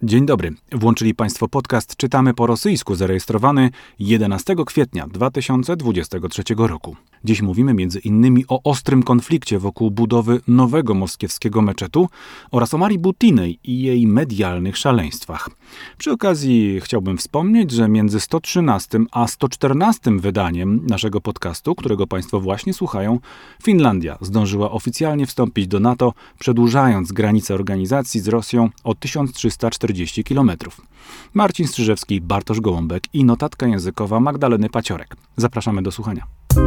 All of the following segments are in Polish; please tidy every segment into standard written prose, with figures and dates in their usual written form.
Dzień dobry. Włączyli Państwo podcast Czytamy po rosyjsku, zarejestrowany 11 kwietnia 2023 roku. Dziś mówimy m.in. o ostrym konflikcie wokół budowy nowego moskiewskiego meczetu oraz o Marii Butinej i jej medialnych szaleństwach. Przy okazji chciałbym wspomnieć, że między 113 a 114 wydaniem naszego podcastu, którego Państwo właśnie słuchają, Finlandia zdążyła oficjalnie wstąpić do NATO, przedłużając granicę organizacji z Rosją o 1340 km. Marcin Strzyżewski, Bartosz Gołąbek i notatka językowa Magdaleny Paciorek. Zapraszamy do słuchania.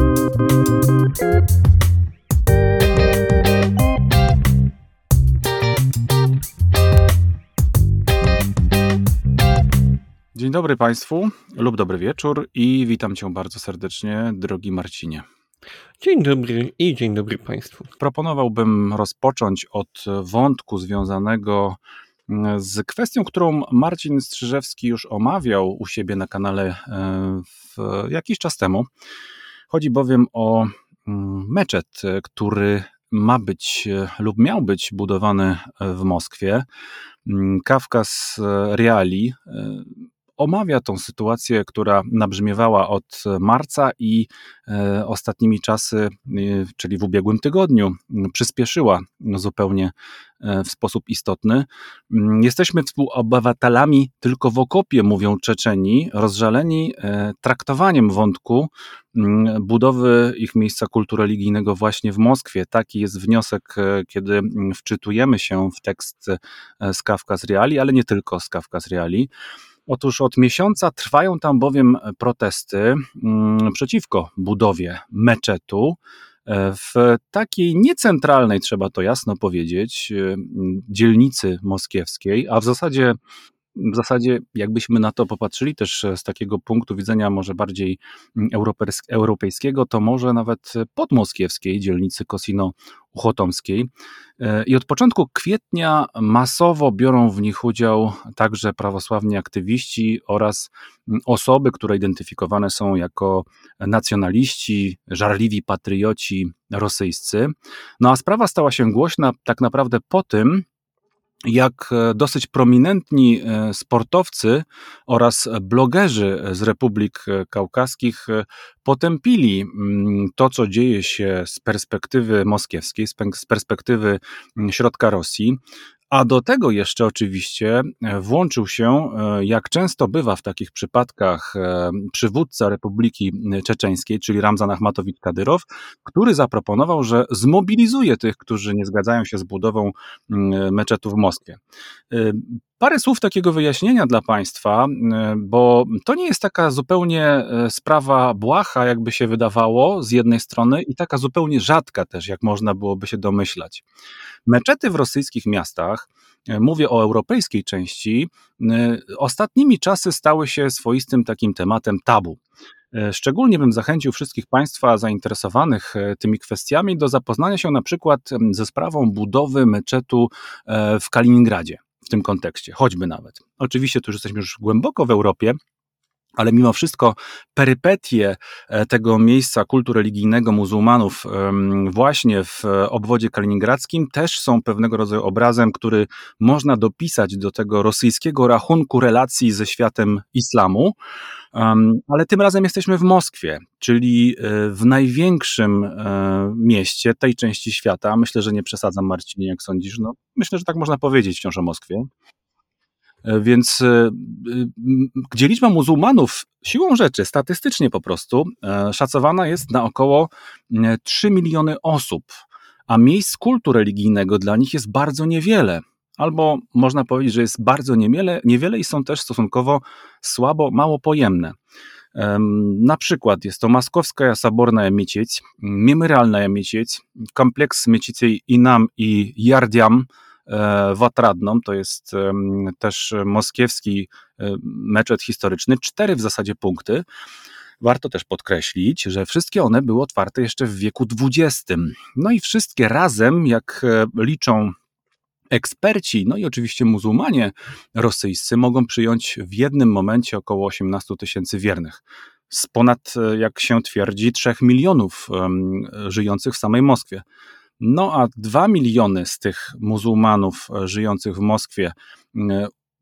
Dzień dobry Państwu lub dobry wieczór i witam Cię bardzo serdecznie, drogi Marcinie. Dzień dobry i dzień dobry Państwu. Proponowałbym rozpocząć od wątku związanego z kwestią, którą Marcin Strzyżewski już omawiał u siebie na kanale jakiś czas temu. Chodzi bowiem o meczet, który ma być lub miał być budowany w Moskwie. Kawkaz Reali omawia tą sytuację, która nabrzmiewała od marca i ostatnimi czasy, czyli w ubiegłym tygodniu, przyspieszyła zupełnie w sposób istotny. Jesteśmy współobywatelami tylko w okopie, mówią Czeczeni, rozżaleni traktowaniem wątku budowy ich miejsca kultu religijnego właśnie w Moskwie. Taki jest wniosek, kiedy wczytujemy się w tekst z Kawkaz Reali, ale nie tylko z Kawkaz Reali. Otóż od miesiąca trwają tam bowiem protesty przeciwko budowie meczetu w takiej niecentralnej, trzeba to jasno powiedzieć, dzielnicy moskiewskiej, a w zasadzie jakbyśmy na to popatrzyli też z takiego punktu widzenia może bardziej europejskiego, to może nawet podmoskiewskiej dzielnicy Kosino-Uchotomskiej. I od początku kwietnia masowo biorą w nich udział także prawosławni aktywiści oraz osoby, które identyfikowane są jako nacjonaliści, żarliwi patrioci rosyjscy. No a sprawa stała się głośna tak naprawdę po tym, jak dosyć prominentni sportowcy oraz blogerzy z Republik Kaukaskich potępili to, co dzieje się z perspektywy moskiewskiej, z perspektywy środka Rosji. A do tego jeszcze oczywiście włączył się, jak często bywa w takich przypadkach, przywódca Republiki Czeczeńskiej, czyli Ramzan Achmatowicz-Kadyrow, który zaproponował, że zmobilizuje tych, którzy nie zgadzają się z budową meczetu w Moskwie. Parę słów takiego wyjaśnienia dla Państwa, bo to nie jest taka zupełnie sprawa błaha, jakby się wydawało z jednej strony i taka zupełnie rzadka też, jak można byłoby się domyślać. Meczety w rosyjskich miastach, mówię o europejskiej części, ostatnimi czasy stały się swoistym takim tematem tabu. Szczególnie bym zachęcił wszystkich Państwa zainteresowanych tymi kwestiami do zapoznania się na przykład ze sprawą budowy meczetu w Kaliningradzie. W tym kontekście, choćby nawet. Oczywiście tu już jesteśmy głęboko w Europie, ale mimo wszystko perypetie tego miejsca kultu religijnego muzułmanów właśnie w obwodzie kaliningradzkim też są pewnego rodzaju obrazem, który można dopisać do tego rosyjskiego rachunku relacji ze światem islamu, ale tym razem jesteśmy w Moskwie, czyli w największym mieście tej części świata. Myślę, że nie przesadzam, Marcinie, jak sądzisz? No, myślę, że tak można powiedzieć wciąż o Moskwie. Więc gdzie liczba muzułmanów siłą rzeczy, statystycznie po prostu, szacowana jest na około 3 miliony osób, a miejsc kultu religijnego dla nich jest bardzo niewiele. Albo można powiedzieć, że jest bardzo niewiele i są też stosunkowo słabo, mało pojemne. Na przykład jest to Moskowskaja Sabornaja Miecieć, Memorialnaja Miecieć, kompleks Miecietей Inam i Yardiam w Otradnom, to jest też moskiewski meczet historyczny, 4 w zasadzie punkty. Warto też podkreślić, że wszystkie one były otwarte jeszcze w wieku XX. No i wszystkie razem, jak liczą eksperci, no i oczywiście muzułmanie rosyjscy, mogą przyjąć w jednym momencie około 18 000 wiernych. Z ponad, jak się twierdzi, 3 milionów żyjących w samej Moskwie. No a 2 miliony z tych muzułmanów żyjących w Moskwie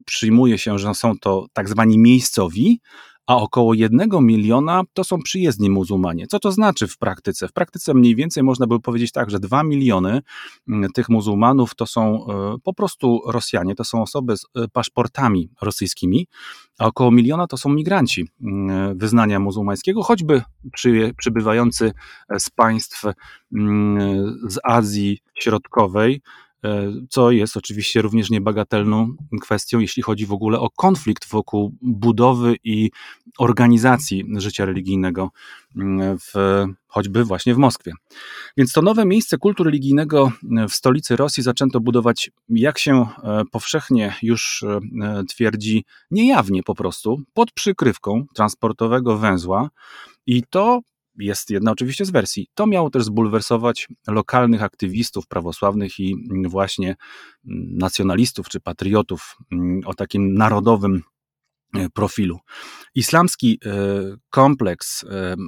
przyjmuje się, że są to tak zwani miejscowi, a około 1 miliona to są przyjezdni muzułmanie. Co to znaczy w praktyce? W praktyce mniej więcej można by powiedzieć tak, że 2 miliony tych muzułmanów to są po prostu Rosjanie, to są osoby z paszportami rosyjskimi, a około 1 miliona to są migranci wyznania muzułmańskiego, choćby przybywający z państw z Azji Środkowej, co jest oczywiście również niebagatelną kwestią, jeśli chodzi w ogóle o konflikt wokół budowy i organizacji życia religijnego choćby właśnie w Moskwie. Więc to nowe miejsce kultu religijnego w stolicy Rosji zaczęto budować, jak się powszechnie już twierdzi, niejawnie po prostu, pod przykrywką transportowego węzła i to jest jedna oczywiście z wersji. To miało też zbulwersować lokalnych aktywistów prawosławnych i właśnie nacjonalistów czy patriotów o takim narodowym profilu. Islamski kompleks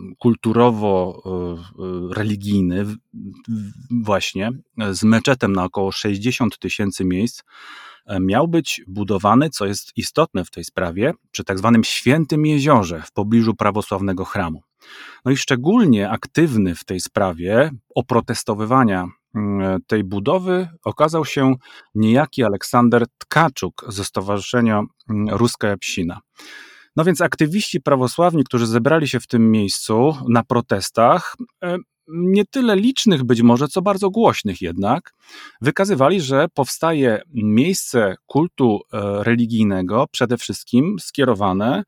kulturowo-religijny właśnie z meczetem na około 60 000 miejsc miał być budowany, co jest istotne w tej sprawie, przy tak zwanym Świętym Jeziorze w pobliżu prawosławnego chramu. No i szczególnie aktywny w tej sprawie oprotestowywania tej budowy okazał się niejaki Aleksander Tkaczuk ze Stowarzyszenia Ruskaja Psina. No więc aktywiści prawosławni, którzy zebrali się w tym miejscu na protestach, nie tyle licznych być może, co bardzo głośnych jednak, wykazywali, że powstaje miejsce kultu religijnego przede wszystkim skierowane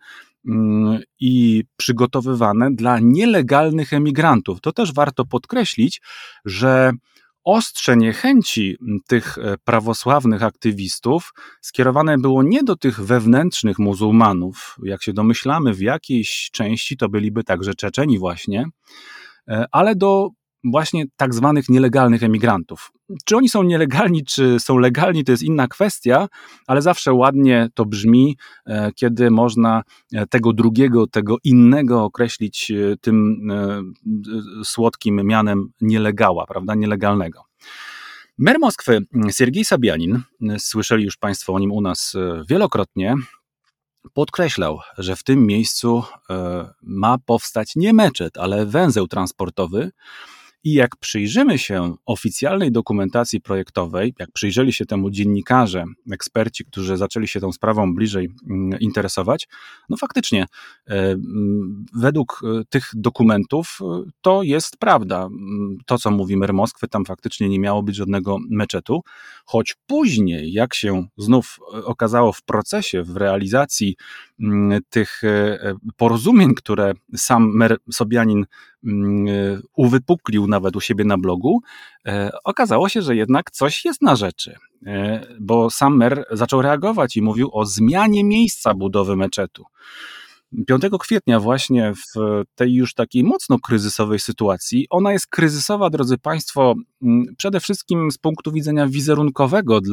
i przygotowywane dla nielegalnych emigrantów. To też warto podkreślić, że ostrze niechęci tych prawosławnych aktywistów skierowane było nie do tych wewnętrznych muzułmanów, jak się domyślamy, w jakiejś części to byliby także Czeczeni właśnie, ale do właśnie tak zwanych nielegalnych emigrantów. Czy oni są nielegalni, czy są legalni, to jest inna kwestia, ale zawsze ładnie to brzmi, kiedy można tego drugiego, tego innego określić tym słodkim mianem nielegała, prawda, nielegalnego. Mer Moskwy, Siergiej Sobianin, słyszeli już Państwo o nim u nas wielokrotnie, podkreślał, że w tym miejscu ma powstać nie meczet, ale węzeł transportowy. I jak przyjrzymy się oficjalnej dokumentacji projektowej, jak przyjrzeli się temu dziennikarze, eksperci, którzy zaczęli się tą sprawą bliżej interesować, no faktycznie według tych dokumentów to jest prawda. To, co mówi mer Moskwy, tam faktycznie nie miało być żadnego meczetu, choć później, jak się znów okazało w procesie, w realizacji tych porozumień, które sam mer Sobianin uwypuklił nawet u siebie na blogu, okazało się, że jednak coś jest na rzeczy, bo sam mer zaczął reagować i mówił o zmianie miejsca budowy meczetu. 5 kwietnia właśnie w tej już takiej mocno kryzysowej sytuacji, ona jest kryzysowa, drodzy Państwo, przede wszystkim z punktu widzenia wizerunkowego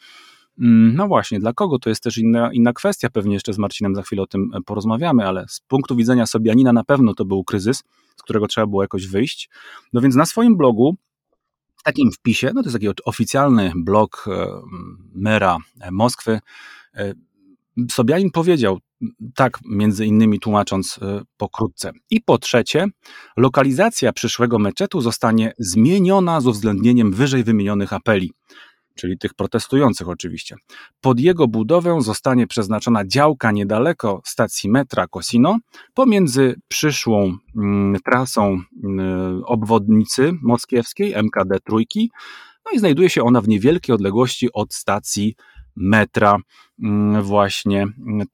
no właśnie, dla kogo to jest też inna kwestia, pewnie jeszcze z Marcinem za chwilę o tym porozmawiamy, ale z punktu widzenia Sobianina na pewno to był kryzys, z którego trzeba było jakoś wyjść. No więc na swoim blogu, w takim wpisie, no to jest taki oficjalny blog mera Moskwy, Sobianin powiedział, tak między innymi tłumacząc pokrótce. I po trzecie, lokalizacja przyszłego meczetu zostanie zmieniona z uwzględnieniem wyżej wymienionych apeli, czyli tych protestujących oczywiście. Pod jego budowę zostanie przeznaczona działka niedaleko stacji metra Kosino, pomiędzy przyszłą trasą obwodnicy moskiewskiej MKD Trójki, no i znajduje się ona w niewielkiej odległości od stacji metra. Właśnie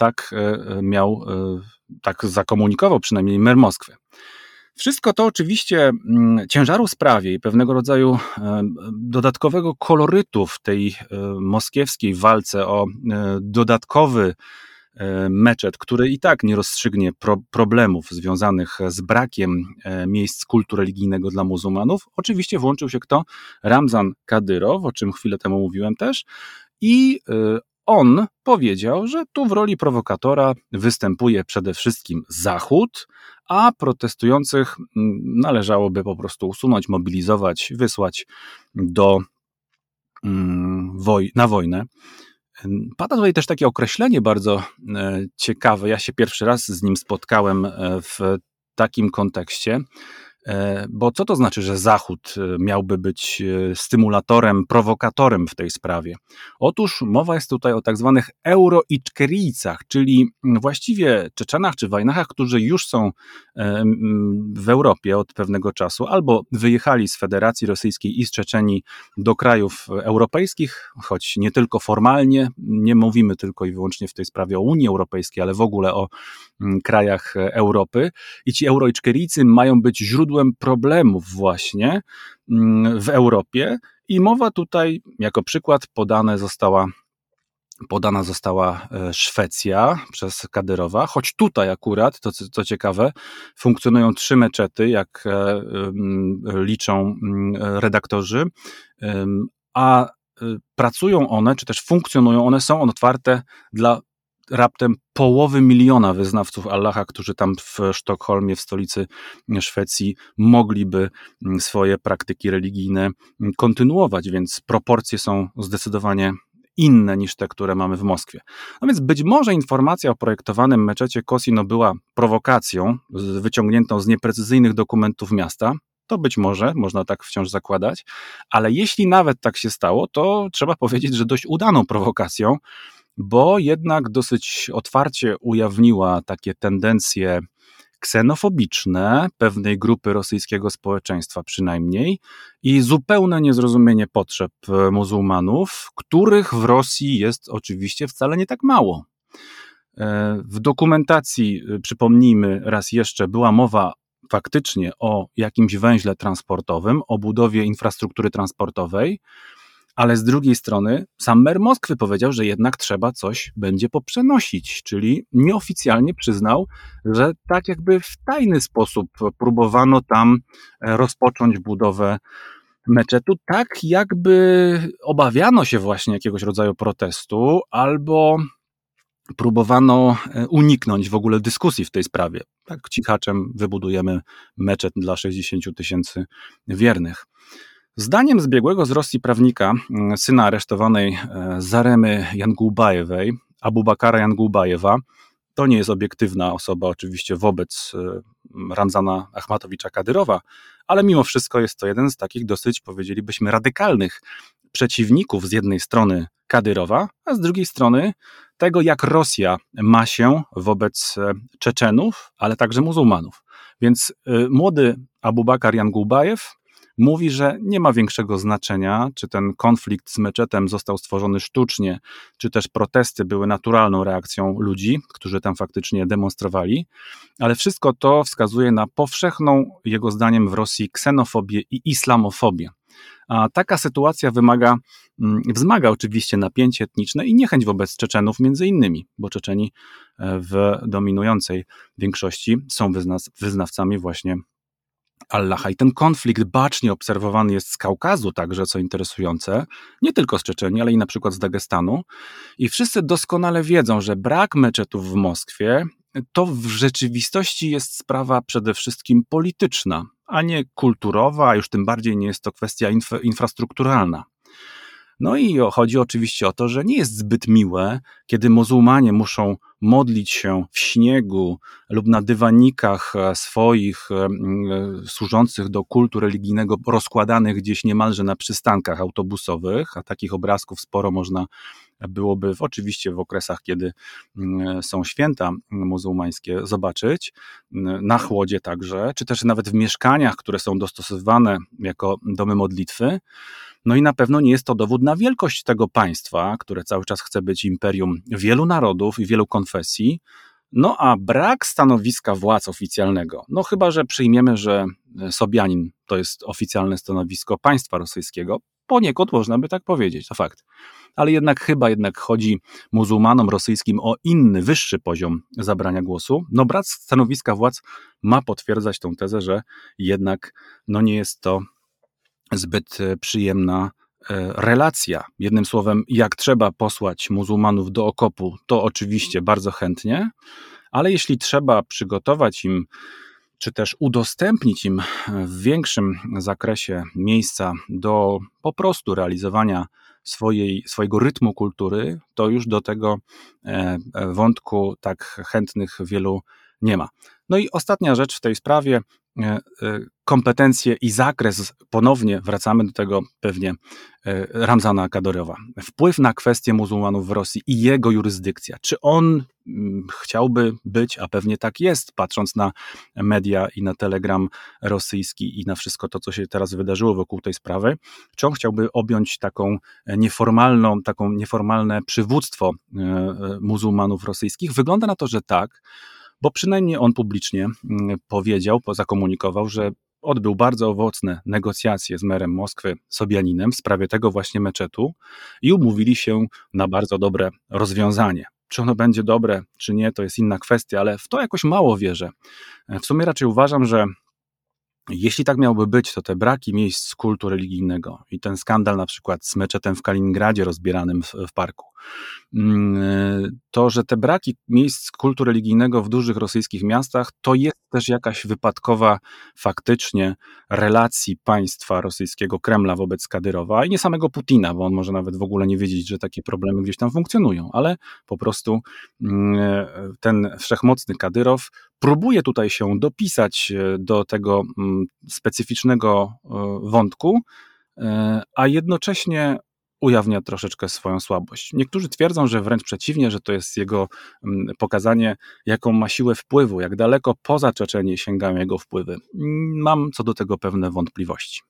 tak zakomunikował przynajmniej mer Moskwy. Wszystko to oczywiście ciężaru sprawie i pewnego rodzaju dodatkowego kolorytu w tej moskiewskiej walce o dodatkowy meczet, który i tak nie rozstrzygnie problemów związanych z brakiem miejsc kultu religijnego dla muzułmanów. Oczywiście włączył się kto? Ramzan Kadyrow, o czym chwilę temu mówiłem też, i on powiedział, że tu w roli prowokatora występuje przede wszystkim Zachód, a protestujących należałoby po prostu usunąć, mobilizować, wysłać na wojnę. Pada tutaj też takie określenie bardzo ciekawe. Ja się pierwszy raz z nim spotkałem w takim kontekście. Bo co to znaczy, że Zachód miałby być stymulatorem, prowokatorem w tej sprawie? Otóż mowa jest tutaj o tak zwanych euroiczkerijcach, czyli właściwie Czeczenach czy Wajnachach, którzy już są w Europie od pewnego czasu, albo wyjechali z Federacji Rosyjskiej i z Czeczenii do krajów europejskich, choć nie tylko formalnie, nie mówimy tylko i wyłącznie w tej sprawie o Unii Europejskiej, ale w ogóle o krajach Europy. I ci euroiczkerijcy mają być źródłem problemów właśnie w Europie i mowa tutaj, jako przykład podana została Szwecja przez Kadyrowa, choć tutaj akurat, to co ciekawe, funkcjonują 3 meczety, jak liczą redaktorzy, a pracują one, czy też funkcjonują one, są otwarte dla raptem 500 000 wyznawców Allaha, którzy tam w Sztokholmie, w stolicy Szwecji, mogliby swoje praktyki religijne kontynuować, więc proporcje są zdecydowanie inne niż te, które mamy w Moskwie. No więc być może informacja o projektowanym meczecie Kosino była prowokacją wyciągniętą z nieprecyzyjnych dokumentów miasta. To być może, można tak wciąż zakładać, ale jeśli nawet tak się stało, to trzeba powiedzieć, że dość udaną prowokacją, bo jednak dosyć otwarcie ujawniła takie tendencje ksenofobiczne pewnej grupy rosyjskiego społeczeństwa przynajmniej i zupełne niezrozumienie potrzeb muzułmanów, których w Rosji jest oczywiście wcale nie tak mało. W dokumentacji, przypomnijmy raz jeszcze, była mowa faktycznie o jakimś węźle transportowym, o budowie infrastruktury transportowej, ale z drugiej strony sam mer Moskwy powiedział, że jednak trzeba coś będzie poprzenosić, czyli nieoficjalnie przyznał, że tak jakby w tajny sposób próbowano tam rozpocząć budowę meczetu, tak jakby obawiano się właśnie jakiegoś rodzaju protestu albo próbowano uniknąć w ogóle dyskusji w tej sprawie. Tak cichaczem wybudujemy meczet dla 60 000 wiernych. Zdaniem zbiegłego z Rosji prawnika, syna aresztowanej Zaremy Jangubajewej, Abubakara Jangubajewa, to nie jest obiektywna osoba oczywiście wobec Ramzana Achmatowicza Kadyrowa, ale mimo wszystko jest to jeden z takich dosyć, powiedzielibyśmy, radykalnych przeciwników z jednej strony Kadyrowa, a z drugiej strony tego, jak Rosja ma się wobec Czeczenów, ale także muzułmanów. Więc młody Abubakar Jangubajew mówi, że nie ma większego znaczenia, czy ten konflikt z meczetem został stworzony sztucznie, czy też protesty były naturalną reakcją ludzi, którzy tam faktycznie demonstrowali, ale wszystko to wskazuje na powszechną, jego zdaniem w Rosji, ksenofobię i islamofobię. A taka sytuacja wzmaga oczywiście napięcie etniczne i niechęć wobec Czeczenów między innymi, bo Czeczeni w dominującej większości są wyznawcami właśnie Allaha. I ten konflikt bacznie obserwowany jest z Kaukazu także, co interesujące, nie tylko z Czeczenii, ale i na przykład z Dagestanu. I wszyscy doskonale wiedzą, że brak meczetów w Moskwie to w rzeczywistości jest sprawa przede wszystkim polityczna, a nie kulturowa, a już tym bardziej nie jest to kwestia infrastrukturalna. No i chodzi oczywiście o to, że nie jest zbyt miłe, kiedy muzułmanie muszą modlić się w śniegu lub na dywanikach swoich służących do kultu religijnego, rozkładanych gdzieś niemalże na przystankach autobusowych, a takich obrazków sporo można byłoby oczywiście w okresach, kiedy są święta muzułmańskie, zobaczyć, na chłodzie także, czy też nawet w mieszkaniach, które są dostosowywane jako domy modlitwy. No i na pewno nie jest to dowód na wielkość tego państwa, które cały czas chce być imperium wielu narodów i wielu konfesji, no a brak stanowiska władz oficjalnego, no chyba że przyjmiemy, że Sobianin to jest oficjalne stanowisko państwa rosyjskiego, poniekąd można by tak powiedzieć, to fakt. Ale jednak chodzi muzułmanom rosyjskim o inny, wyższy poziom zabrania głosu. No brak stanowiska władz ma potwierdzać tą tezę, że jednak no nie jest to zbyt przyjemna relacja. Jednym słowem, jak trzeba posłać muzułmanów do okopu, to oczywiście bardzo chętnie, ale jeśli trzeba przygotować im, czy też udostępnić im w większym zakresie miejsca do po prostu realizowania swojego rytmu kultury, to już do tego wątku tak chętnych wielu nie ma. No i ostatnia rzecz w tej sprawie, kompetencje i zakres, ponownie wracamy do tego pewnie, Ramzana Kadyrowa. Wpływ na kwestie muzułmanów w Rosji i jego jurysdykcja. Czy on chciałby być, a pewnie tak jest, patrząc na media i na telegram rosyjski i na wszystko to, co się teraz wydarzyło wokół tej sprawy, czy on chciałby objąć taką nieformalne przywództwo muzułmanów rosyjskich? Wygląda na to, że tak, bo przynajmniej on publicznie powiedział, zakomunikował, że odbył bardzo owocne negocjacje z merem Moskwy Sobianinem w sprawie tego właśnie meczetu i umówili się na bardzo dobre rozwiązanie. Czy ono będzie dobre, czy nie, to jest inna kwestia, ale w to jakoś mało wierzę. W sumie raczej uważam, że jeśli tak miałby być, to te braki miejsc kultu religijnego i ten skandal na przykład z meczetem w Kaliningradzie rozbieranym w parku, to, że te braki miejsc kultu religijnego w dużych rosyjskich miastach, to jest też jakaś wypadkowa faktycznie relacji państwa rosyjskiego, Kremla wobec Kadyrowa i nie samego Putina, bo on może nawet w ogóle nie wiedzieć, że takie problemy gdzieś tam funkcjonują, ale po prostu ten wszechmocny Kadyrow próbuje tutaj się dopisać do tego specyficznego wątku, a jednocześnie ujawnia troszeczkę swoją słabość. Niektórzy twierdzą, że wręcz przeciwnie, że to jest jego pokazanie, jaką ma siłę wpływu, jak daleko poza Czeczenię sięgają jego wpływy. Mam co do tego pewne wątpliwości.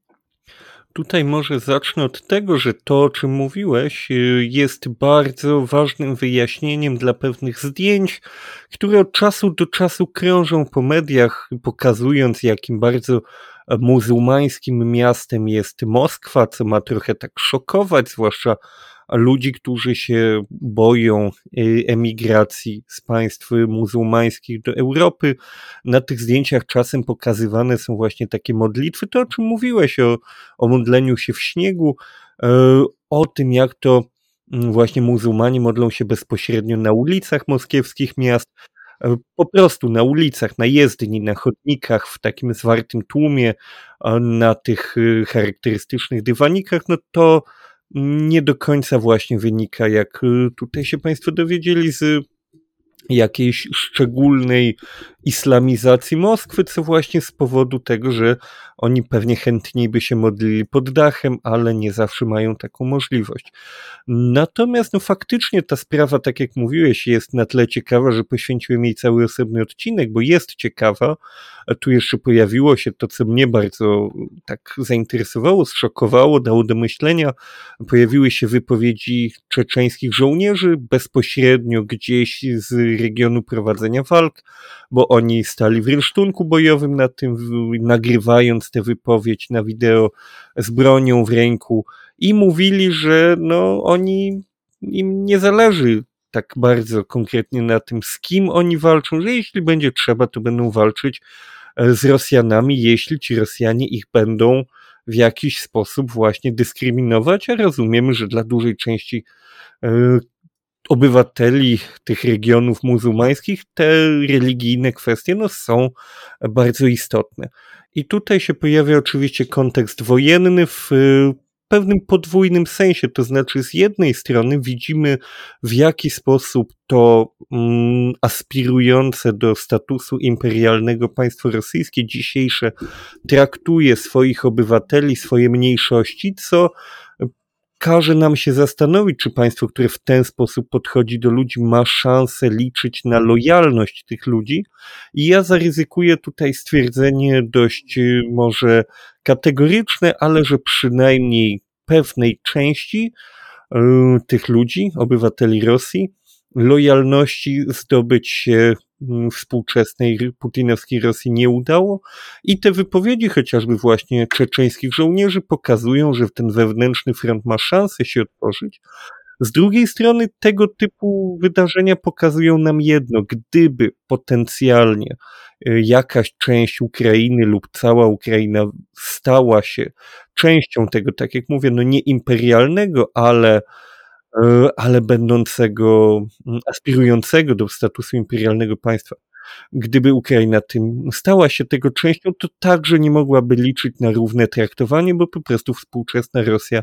Tutaj może zacznę od tego, że to, o czym mówiłeś, jest bardzo ważnym wyjaśnieniem dla pewnych zdjęć, które od czasu do czasu krążą po mediach, pokazując, jakim bardzo muzułmańskim miastem jest Moskwa, co ma trochę tak szokować, zwłaszcza ludzi, którzy się boją emigracji z państw muzułmańskich do Europy. Na tych zdjęciach czasem pokazywane są właśnie takie modlitwy, to o czym mówiłeś, o modleniu się w śniegu, o tym, jak to właśnie muzułmanie modlą się bezpośrednio na ulicach moskiewskich miast, po prostu na ulicach, na jezdni, na chodnikach, w takim zwartym tłumie, na tych charakterystycznych dywanikach, no to nie do końca właśnie wynika, jak tutaj się Państwo dowiedzieli, z jakiejś szczególnej islamizacji Moskwy, co właśnie z powodu tego, że oni pewnie chętniej by się modlili pod dachem, ale nie zawsze mają taką możliwość. Natomiast no faktycznie ta sprawa, tak jak mówiłeś, jest na tyle ciekawa, że poświęciłem jej cały osobny odcinek, bo jest ciekawa. A tu jeszcze pojawiło się to, co mnie bardzo tak zainteresowało, zszokowało, dało do myślenia. Pojawiły się wypowiedzi czeczeńskich żołnierzy bezpośrednio gdzieś z regionu prowadzenia walk, bo oni stali w rynsztunku bojowym na tym, nagrywając tę wypowiedź na wideo z bronią w ręku i mówili, że no im nie zależy tak bardzo konkretnie na tym, z kim oni walczą, że jeśli będzie trzeba, to będą walczyć z Rosjanami, jeśli ci Rosjanie ich będą w jakiś sposób właśnie dyskryminować, a rozumiemy, że dla dużej części obywateli tych regionów muzułmańskich te religijne kwestie no, są bardzo istotne. I tutaj się pojawia oczywiście kontekst wojenny w pewnym podwójnym sensie, to znaczy z jednej strony widzimy, w jaki sposób to aspirujące do statusu imperialnego państwo rosyjskie dzisiejsze traktuje swoich obywateli, swoje mniejszości, co każe nam się zastanowić, czy państwo, które w ten sposób podchodzi do ludzi, ma szansę liczyć na lojalność tych ludzi. I ja zaryzykuję tutaj stwierdzenie dość może kategoryczne, ale że przynajmniej pewnej części tych ludzi, obywateli Rosji, lojalności zdobyć się współczesnej putinowskiej Rosji nie udało i te wypowiedzi chociażby właśnie czeczeńskich żołnierzy pokazują, że ten wewnętrzny front ma szansę się otworzyć. Z drugiej strony tego typu wydarzenia pokazują nam jedno, gdyby potencjalnie jakaś część Ukrainy lub cała Ukraina stała się częścią tego, tak jak mówię, no nie imperialnego, ale będącego, aspirującego do statusu imperialnego państwa. Gdyby Ukraina tym stała się tego częścią, to także nie mogłaby liczyć na równe traktowanie, bo po prostu współczesna Rosja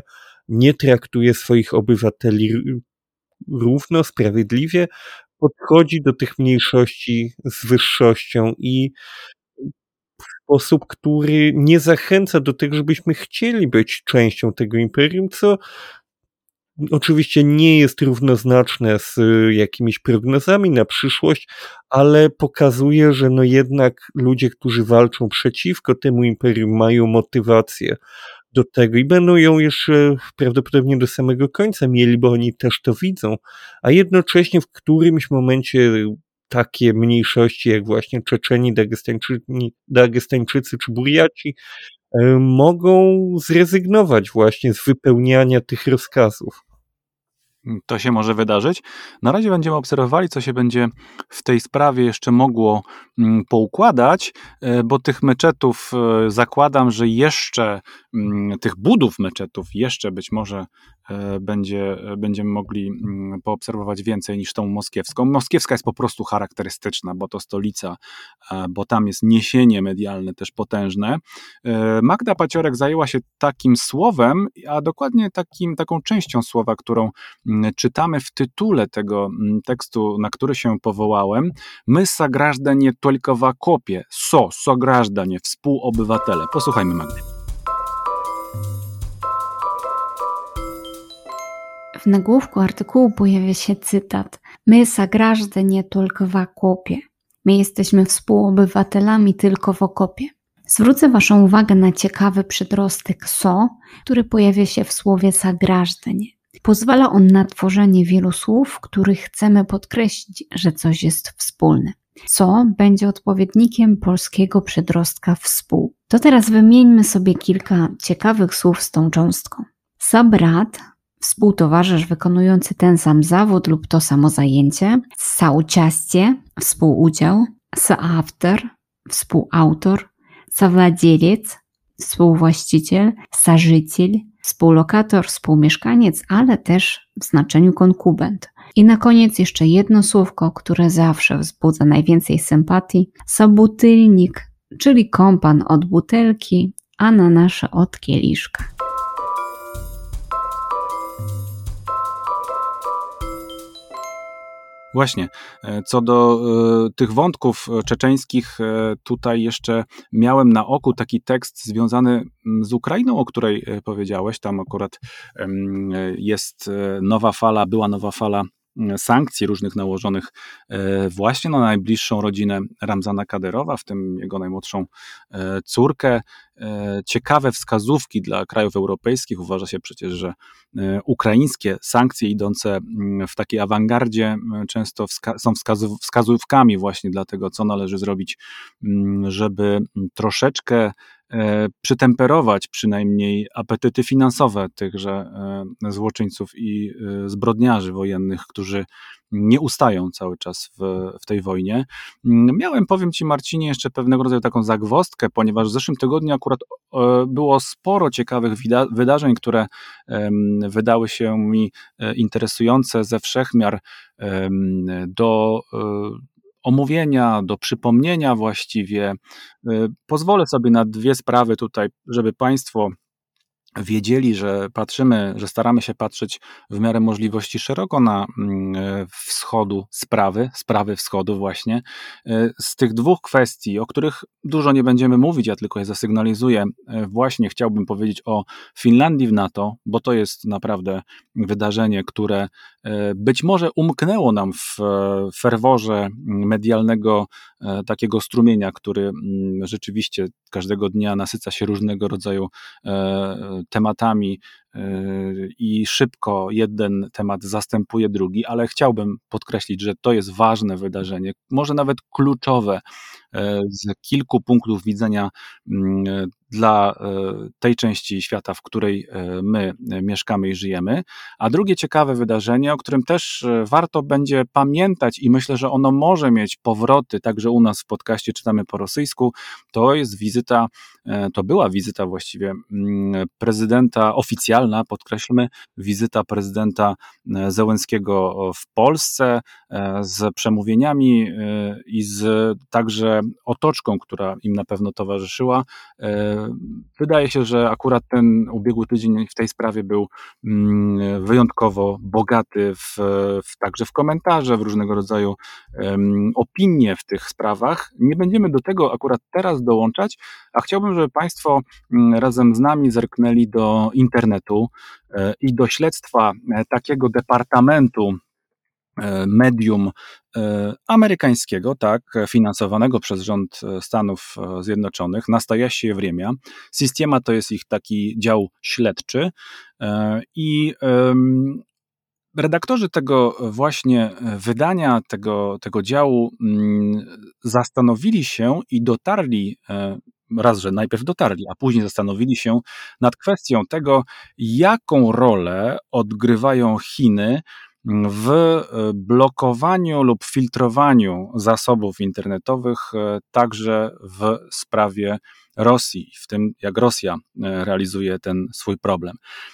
nie traktuje swoich obywateli równo, sprawiedliwie, podchodzi do tych mniejszości z wyższością i w sposób, który nie zachęca do tego, żebyśmy chcieli być częścią tego imperium, co oczywiście nie jest równoznaczne z jakimiś prognozami na przyszłość, ale pokazuje, że no jednak ludzie, którzy walczą przeciwko temu imperium, mają motywację do tego i będą ją jeszcze prawdopodobnie do samego końca mieli, bo oni też to widzą, a jednocześnie w którymś momencie takie mniejszości jak właśnie Czeczeni, Dagestańczycy czy Burjaci mogą zrezygnować właśnie z wypełniania tych rozkazów. To się może wydarzyć. Na razie będziemy obserwowali, co się będzie w tej sprawie jeszcze mogło poukładać, bo tych meczetów zakładam, że jeszcze tych budów meczetów jeszcze być może będziemy mogli poobserwować więcej niż tą moskiewską. Moskiewska jest po prostu charakterystyczna, bo to stolica, bo tam jest niesienie medialne też potężne. Magda Paciorek zajęła się takim słowem, a dokładnie taką częścią słowa, którą czytamy w tytule tego tekstu, na który się powołałem. My, сограждане, только в окопе. Sogраждане, współobywatele. Posłuchajmy Magdy. W nagłówku artykułu pojawia się cytat: My, сограждане, tylko w okopie. My jesteśmy współobywatelami tylko w okopie. Zwrócę Waszą uwagę na ciekawy przedrostek so, który pojawia się w słowie сограждане. Pozwala on na tworzenie wielu słów, w których chcemy podkreślić, że coś jest wspólne. Co będzie odpowiednikiem polskiego przedrostka współ. To teraz wymieńmy sobie kilka ciekawych słów z tą cząstką. Собрат, współtowarzysz wykonujący ten sam zawód lub to samo zajęcie. Соучастие, współudział. Соавтор, współautor. Совладелец, współwłaściciel. Сожитель, współlokator, współmieszkaniec, ale też w znaczeniu konkubent. I na koniec jeszcze jedno słówko, które zawsze wzbudza najwięcej sympatii. Собутыльник, czyli kompan od butelki, a na nasze od kieliszka. Właśnie, co do tych wątków czeczeńskich, tutaj jeszcze miałem na oku taki tekst związany z Ukrainą, o której powiedziałeś. Tam akurat jest była nowa fala sankcji różnych nałożonych właśnie na najbliższą rodzinę Ramzana Kadyrowa, w tym jego najmłodszą córkę. Ciekawe wskazówki dla krajów europejskich. Uważa się przecież, że ukraińskie sankcje idące w takiej awangardzie często są wskazówkami właśnie dla tego, co należy zrobić, żeby troszeczkę przytemperować przynajmniej apetyty finansowe tychże złoczyńców i zbrodniarzy wojennych, którzy nie ustają cały czas w tej wojnie. Miałem, powiem Ci, Marcinie, jeszcze pewnego rodzaju taką zagwozdkę, ponieważ w zeszłym tygodniu akurat było sporo ciekawych wydarzeń, które wydały się mi interesujące ze wszechmiar do omówienia, do przypomnienia właściwie. Pozwolę sobie na dwie sprawy tutaj, żeby Państwo wiedzieli, że staramy się patrzeć w miarę możliwości szeroko na sprawy wschodu właśnie. Z tych dwóch kwestii, o których dużo nie będziemy mówić, ja tylko je zasygnalizuję, właśnie chciałbym powiedzieć o Finlandii w NATO, bo to jest naprawdę wydarzenie, które być może umknęło nam w ferworze medialnego takiego strumienia, który rzeczywiście każdego dnia nasyca się różnego rodzaju tematami i szybko jeden temat zastępuje drugi, ale chciałbym podkreślić, że to jest ważne wydarzenie, może nawet kluczowe z kilku punktów widzenia dla tej części świata, w której my mieszkamy i żyjemy. A drugie ciekawe wydarzenie, o którym też warto będzie pamiętać i myślę, że ono może mieć powroty, także u nas w podcaście Czytamy po rosyjsku, to była wizyta właściwie prezydenta, oficjalna specjalna, podkreślmy, wizyta prezydenta Zełenskiego w Polsce z przemówieniami i z także otoczką, która im na pewno towarzyszyła. Wydaje się, że akurat ten ubiegły tydzień w tej sprawie był wyjątkowo bogaty także w komentarze, w różnego rodzaju opinie w tych sprawach. Nie będziemy do tego akurat teraz dołączać, a chciałbym, żeby Państwo razem z nami zerknęli do internetu i do śledztwa takiego departamentu medium amerykańskiego, tak, finansowanego przez rząd Stanów Zjednoczonych, Nastoящее время. Система to jest ich taki dział śledczy i redaktorzy tego właśnie wydania, tego działu zastanowili się i dotarli, raz, że najpierw dotarli, a później zastanowili się nad kwestią tego, jaką rolę odgrywają Chiny w blokowaniu lub filtrowaniu zasobów internetowych, także w sprawie Rosji, w tym jak Rosja realizuje ten swój problem.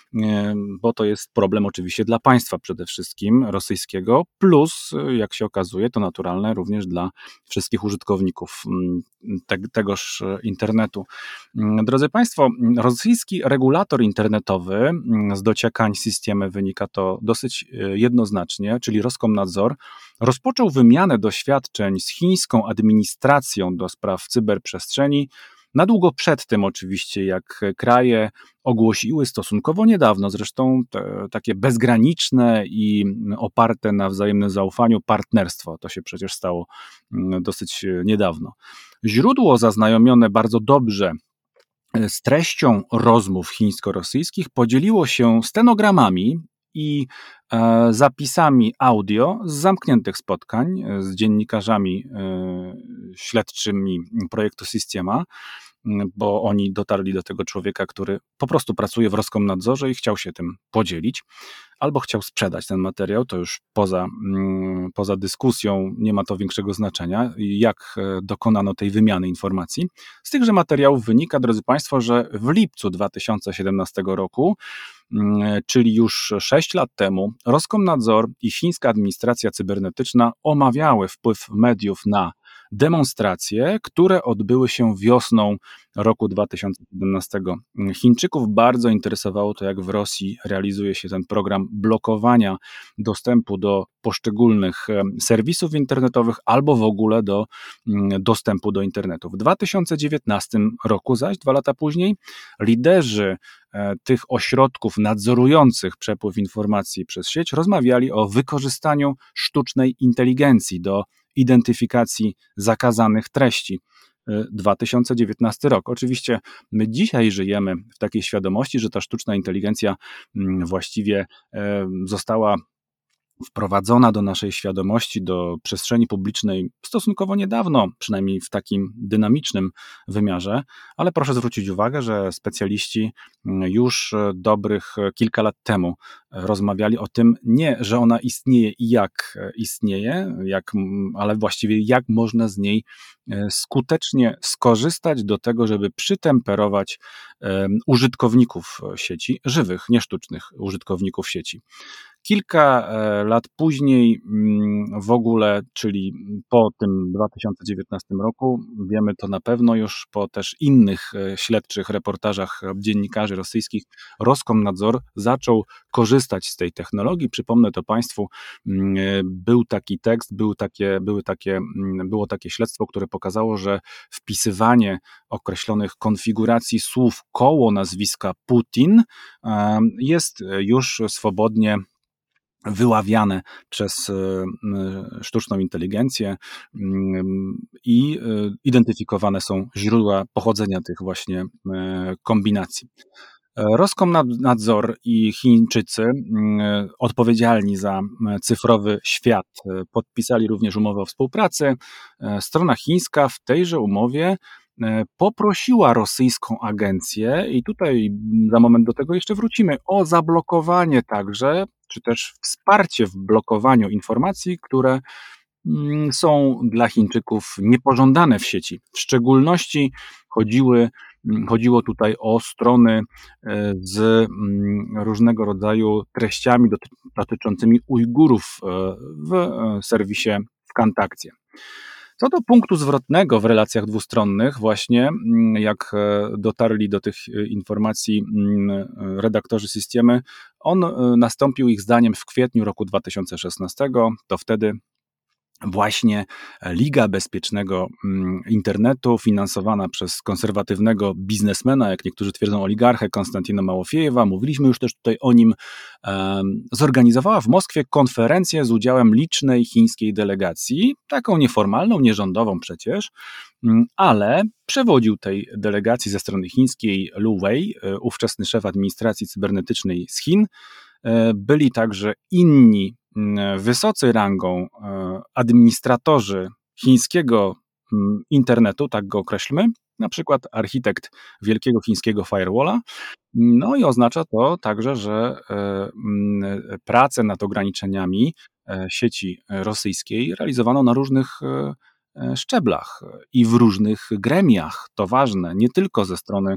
Bo to jest problem oczywiście dla państwa przede wszystkim rosyjskiego, plus jak się okazuje to naturalne również dla wszystkich użytkowników tegoż internetu. Drodzy Państwo, rosyjski regulator internetowy z dociekań Systemy wynika to dosyć jednoznacznie, czyli Roskomnadzor, rozpoczął wymianę doświadczeń z chińską administracją do spraw cyberprzestrzeni na długo przed tym oczywiście, jak kraje ogłosiły stosunkowo niedawno, zresztą takie bezgraniczne i oparte na wzajemnym zaufaniu partnerstwo. To się przecież stało dosyć niedawno. Źródło zaznajomione bardzo dobrze z treścią rozmów chińsko-rosyjskich podzieliło się stenogramami i zapisami audio z zamkniętych spotkań z dziennikarzami śledczymi projektu Systema, bo oni dotarli do tego człowieka, który po prostu pracuje w Roskomnadzorze i chciał się tym podzielić, albo chciał sprzedać ten materiał, to już poza dyskusją, nie ma to większego znaczenia, jak dokonano tej wymiany informacji. Z tychże materiałów wynika, drodzy Państwo, że w lipcu 2017 roku, czyli już 6 lat temu, Roskomnadzor i chińska administracja cybernetyczna omawiały wpływ mediów na demonstracje, które odbyły się wiosną roku 2017. Chińczyków bardzo interesowało to, jak w Rosji realizuje się ten program blokowania dostępu do poszczególnych serwisów internetowych albo w ogóle do dostępu do internetu. W 2019 roku zaś, 2 lata później, liderzy tych ośrodków nadzorujących przepływ informacji przez sieć rozmawiali o wykorzystaniu sztucznej inteligencji do identyfikacji zakazanych treści. 2019 rok. Oczywiście my dzisiaj żyjemy w takiej świadomości, że ta sztuczna inteligencja właściwie została wprowadzona do naszej świadomości, do przestrzeni publicznej stosunkowo niedawno, przynajmniej w takim dynamicznym wymiarze, ale proszę zwrócić uwagę, że specjaliści już dobrych kilka lat temu rozmawiali o tym, nie, że ona istnieje i jak istnieje, ale właściwie jak można z niej skutecznie skorzystać do tego, żeby przytemperować użytkowników sieci, żywych, nie sztucznych użytkowników sieci. Kilka lat później w ogóle, czyli po tym 2019 roku, wiemy to na pewno już po też innych śledczych reportażach dziennikarzy rosyjskich, Roskomnadzor zaczął korzystać z tej technologii. Przypomnę to Państwu, był taki tekst, było takie śledztwo, które pokazało, że wpisywanie określonych konfiguracji słów koło nazwiska Putin jest już swobodnie wyławiane przez sztuczną inteligencję i identyfikowane są źródła pochodzenia tych właśnie kombinacji. Roskomnadzor i Chińczycy odpowiedzialni za cyfrowy świat podpisali również umowę o współpracy. Strona chińska w tejże umowie poprosiła rosyjską agencję, i tutaj za moment do tego jeszcze wrócimy, o zablokowanie także, czy też wsparcie w blokowaniu informacji, które są dla Chińczyków niepożądane w sieci. W szczególności chodziły Chodziło tutaj o strony z różnego rodzaju treściami dotyczącymi Ujgurów w serwisie Vkontakte. Co do punktu zwrotnego w relacjach dwustronnych, właśnie jak dotarli do tych informacji redaktorzy Systemy, on nastąpił ich zdaniem w kwietniu roku 2016, to wtedy właśnie Liga Bezpiecznego Internetu, finansowana przez konserwatywnego biznesmena, jak niektórzy twierdzą oligarchę, Konstantina Małofiejewa, mówiliśmy już też tutaj o nim, zorganizowała w Moskwie konferencję z udziałem licznej chińskiej delegacji, taką nieformalną, nierządową przecież, ale przewodził tej delegacji ze strony chińskiej Lu Wei, ówczesny szef administracji cybernetycznej z Chin. Byli także inni wysocy rangą administratorzy chińskiego internetu, tak go określmy, na przykład architekt wielkiego chińskiego firewalla. No i oznacza to także, że pracę nad ograniczeniami sieci rosyjskiej realizowano na różnych szczeblach i w różnych gremiach. To ważne, nie tylko ze strony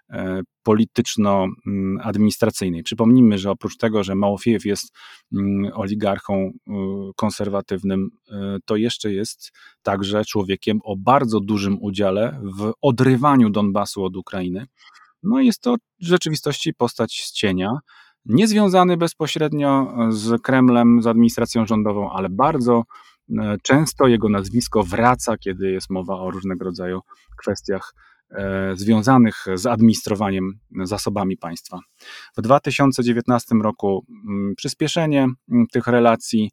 polityczno-administracyjnej. Przypomnijmy, że oprócz tego, że Małofiejew jest oligarchą konserwatywnym, to jeszcze jest także człowiekiem o bardzo dużym udziale w odrywaniu Donbasu od Ukrainy. No i jest to w rzeczywistości postać z cienia, niezwiązany bezpośrednio z Kremlem, z administracją rządową, ale bardzo często jego nazwisko wraca, kiedy jest mowa o różnego rodzaju kwestiach związanych z administrowaniem zasobami państwa. W 2019 roku przyspieszenie tych relacji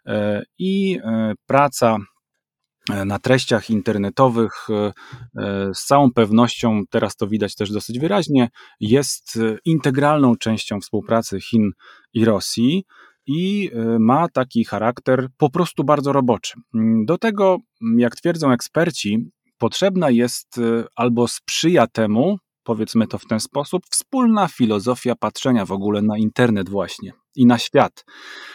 i praca na treściach internetowych z całą pewnością, teraz to widać też dosyć wyraźnie, jest integralną częścią współpracy Chin i Rosji i ma taki charakter po prostu bardzo roboczy. Do tego, jak twierdzą eksperci, potrzebna jest albo sprzyja temu, powiedzmy to w ten sposób, wspólna filozofia patrzenia w ogóle na internet właśnie i na świat.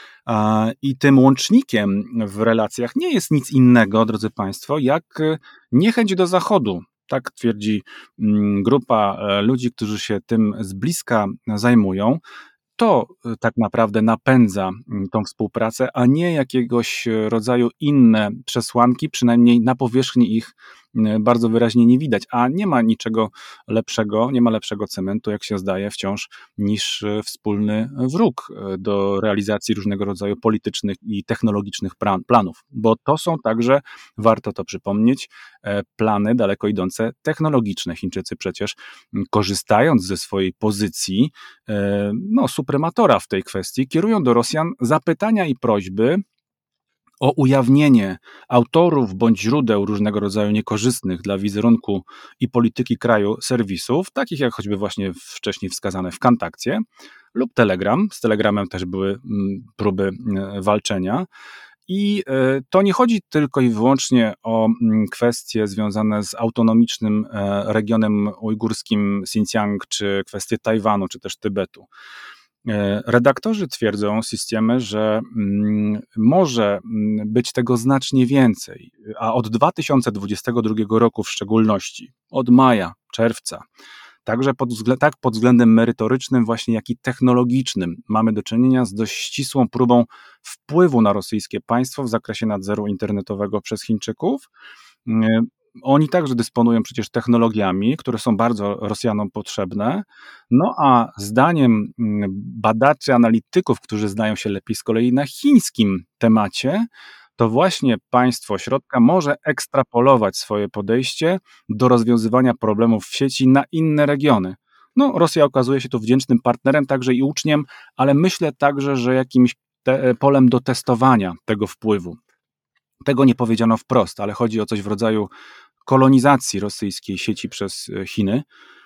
I tym łącznikiem w relacjach nie jest nic innego, drodzy Państwo, jak niechęć do Zachodu. Tak twierdzi grupa ludzi, którzy się tym z bliska zajmują. To tak naprawdę napędza tą współpracę, a nie jakiegoś rodzaju inne przesłanki, przynajmniej na powierzchni ich bardzo wyraźnie nie widać, a nie ma niczego lepszego, nie ma lepszego cementu, jak się zdaje wciąż, niż wspólny wróg do realizacji różnego rodzaju politycznych i technologicznych planów, bo to są także, warto to przypomnieć, plany daleko idące technologiczne. Chińczycy przecież, korzystając ze swojej pozycji suprematora w tej kwestii, kierują do Rosjan zapytania i prośby o ujawnienie autorów bądź źródeł różnego rodzaju niekorzystnych dla wizerunku i polityki kraju serwisów, takich jak choćby właśnie wcześniej wskazane Vkontakte lub Telegram. Z Telegramem też były próby walczenia. I to nie chodzi tylko i wyłącznie o kwestie związane z autonomicznym regionem ujgurskim Xinjiang, czy kwestie Tajwanu, czy też Tybetu. Redaktorzy twierdzą Systemy, że może być tego znacznie więcej, a od 2022 roku w szczególności, od maja, czerwca, także pod względem merytorycznym właśnie, jak i technologicznym mamy do czynienia z dość ścisłą próbą wpływu na rosyjskie państwo w zakresie nadzoru internetowego przez Chińczyków. Oni także dysponują przecież technologiami, które są bardzo Rosjanom potrzebne, no a zdaniem badaczy, analityków, którzy znają się lepiej z kolei na chińskim temacie, to właśnie państwo ośrodka może ekstrapolować swoje podejście do rozwiązywania problemów w sieci na inne regiony. No, Rosja okazuje się tu wdzięcznym partnerem, także i uczniem, ale myślę także, że jakimś polem do testowania tego wpływu. Tego nie powiedziano wprost, ale chodzi o coś w rodzaju kolonizacji rosyjskiej sieci przez Chiny,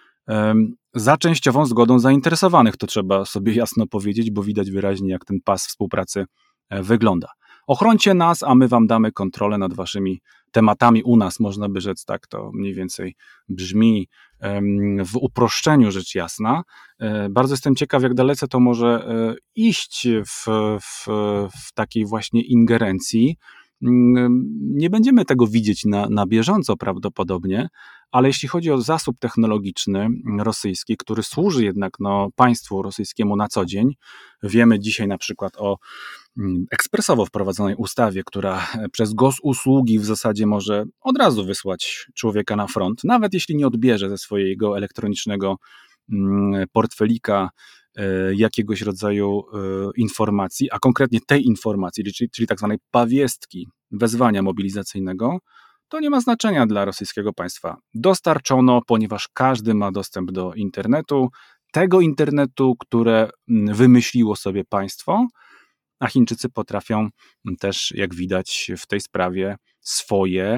za częściową zgodą zainteresowanych, to trzeba sobie jasno powiedzieć, bo widać wyraźnie, jak ten pas współpracy wygląda. Ochrońcie nas, a my wam damy kontrolę nad waszymi tematami u nas, można by rzec, tak to mniej więcej brzmi w uproszczeniu, rzecz jasna. Bardzo jestem ciekaw, jak dalece to może iść w takiej właśnie ingerencji. Nie będziemy tego widzieć na bieżąco prawdopodobnie, ale jeśli chodzi o zasób technologiczny rosyjski, który służy jednak państwu rosyjskiemu na co dzień, wiemy dzisiaj na przykład o ekspresowo wprowadzonej ustawie, która przez gosusługi w zasadzie może od razu wysłać człowieka na front, nawet jeśli nie odbierze ze swojego elektronicznego portfelika jakiegoś rodzaju informacji, a konkretnie tej informacji, czyli tak zwanej pawiestki wezwania mobilizacyjnego, to nie ma znaczenia dla rosyjskiego państwa. Dostarczono, ponieważ każdy ma dostęp do internetu, tego internetu, które wymyśliło sobie państwo, a Chińczycy potrafią też, jak widać w tej sprawie, swoje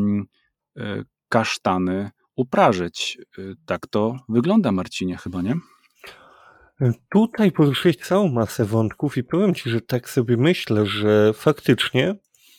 kasztany uprażyć. Tak to wygląda, Marcinie, chyba, nie? Tutaj poruszyłeś całą masę wątków i powiem Ci, że tak sobie myślę, że faktycznie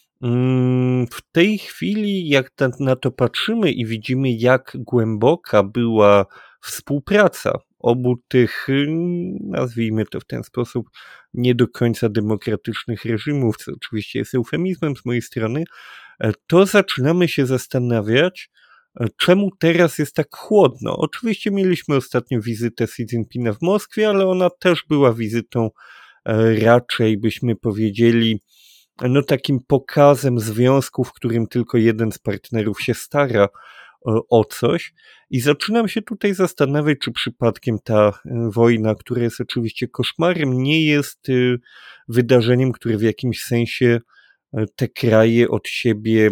w tej chwili, jak na to patrzymy i widzimy, jak głęboka była współpraca obu tych, nazwijmy to w ten sposób, nie do końca demokratycznych reżimów, co oczywiście jest eufemizmem z mojej strony, to zaczynamy się zastanawiać, czemu teraz jest tak chłodno. Oczywiście mieliśmy ostatnio wizytę Xi Jinpinga w Moskwie, ale ona też była wizytą raczej, byśmy powiedzieli, takim pokazem związku, w którym tylko jeden z partnerów się stara o coś. I zaczynam się tutaj zastanawiać, czy przypadkiem ta wojna, która jest oczywiście koszmarem, nie jest wydarzeniem, które w jakimś sensie te kraje od siebie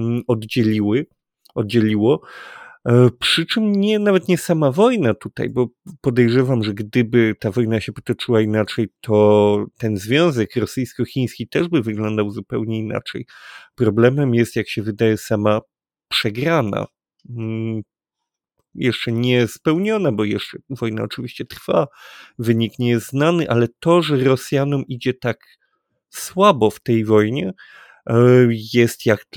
oddzieliło. Przy czym nawet nie sama wojna tutaj, bo podejrzewam, że gdyby ta wojna się potoczyła inaczej, to ten związek rosyjsko-chiński też by wyglądał zupełnie inaczej. Problemem jest, jak się wydaje, sama przegrana. Jeszcze nie spełniona, bo jeszcze wojna oczywiście trwa, wynik nie jest znany, ale to, że Rosjanom idzie tak słabo w tej wojnie, jest jak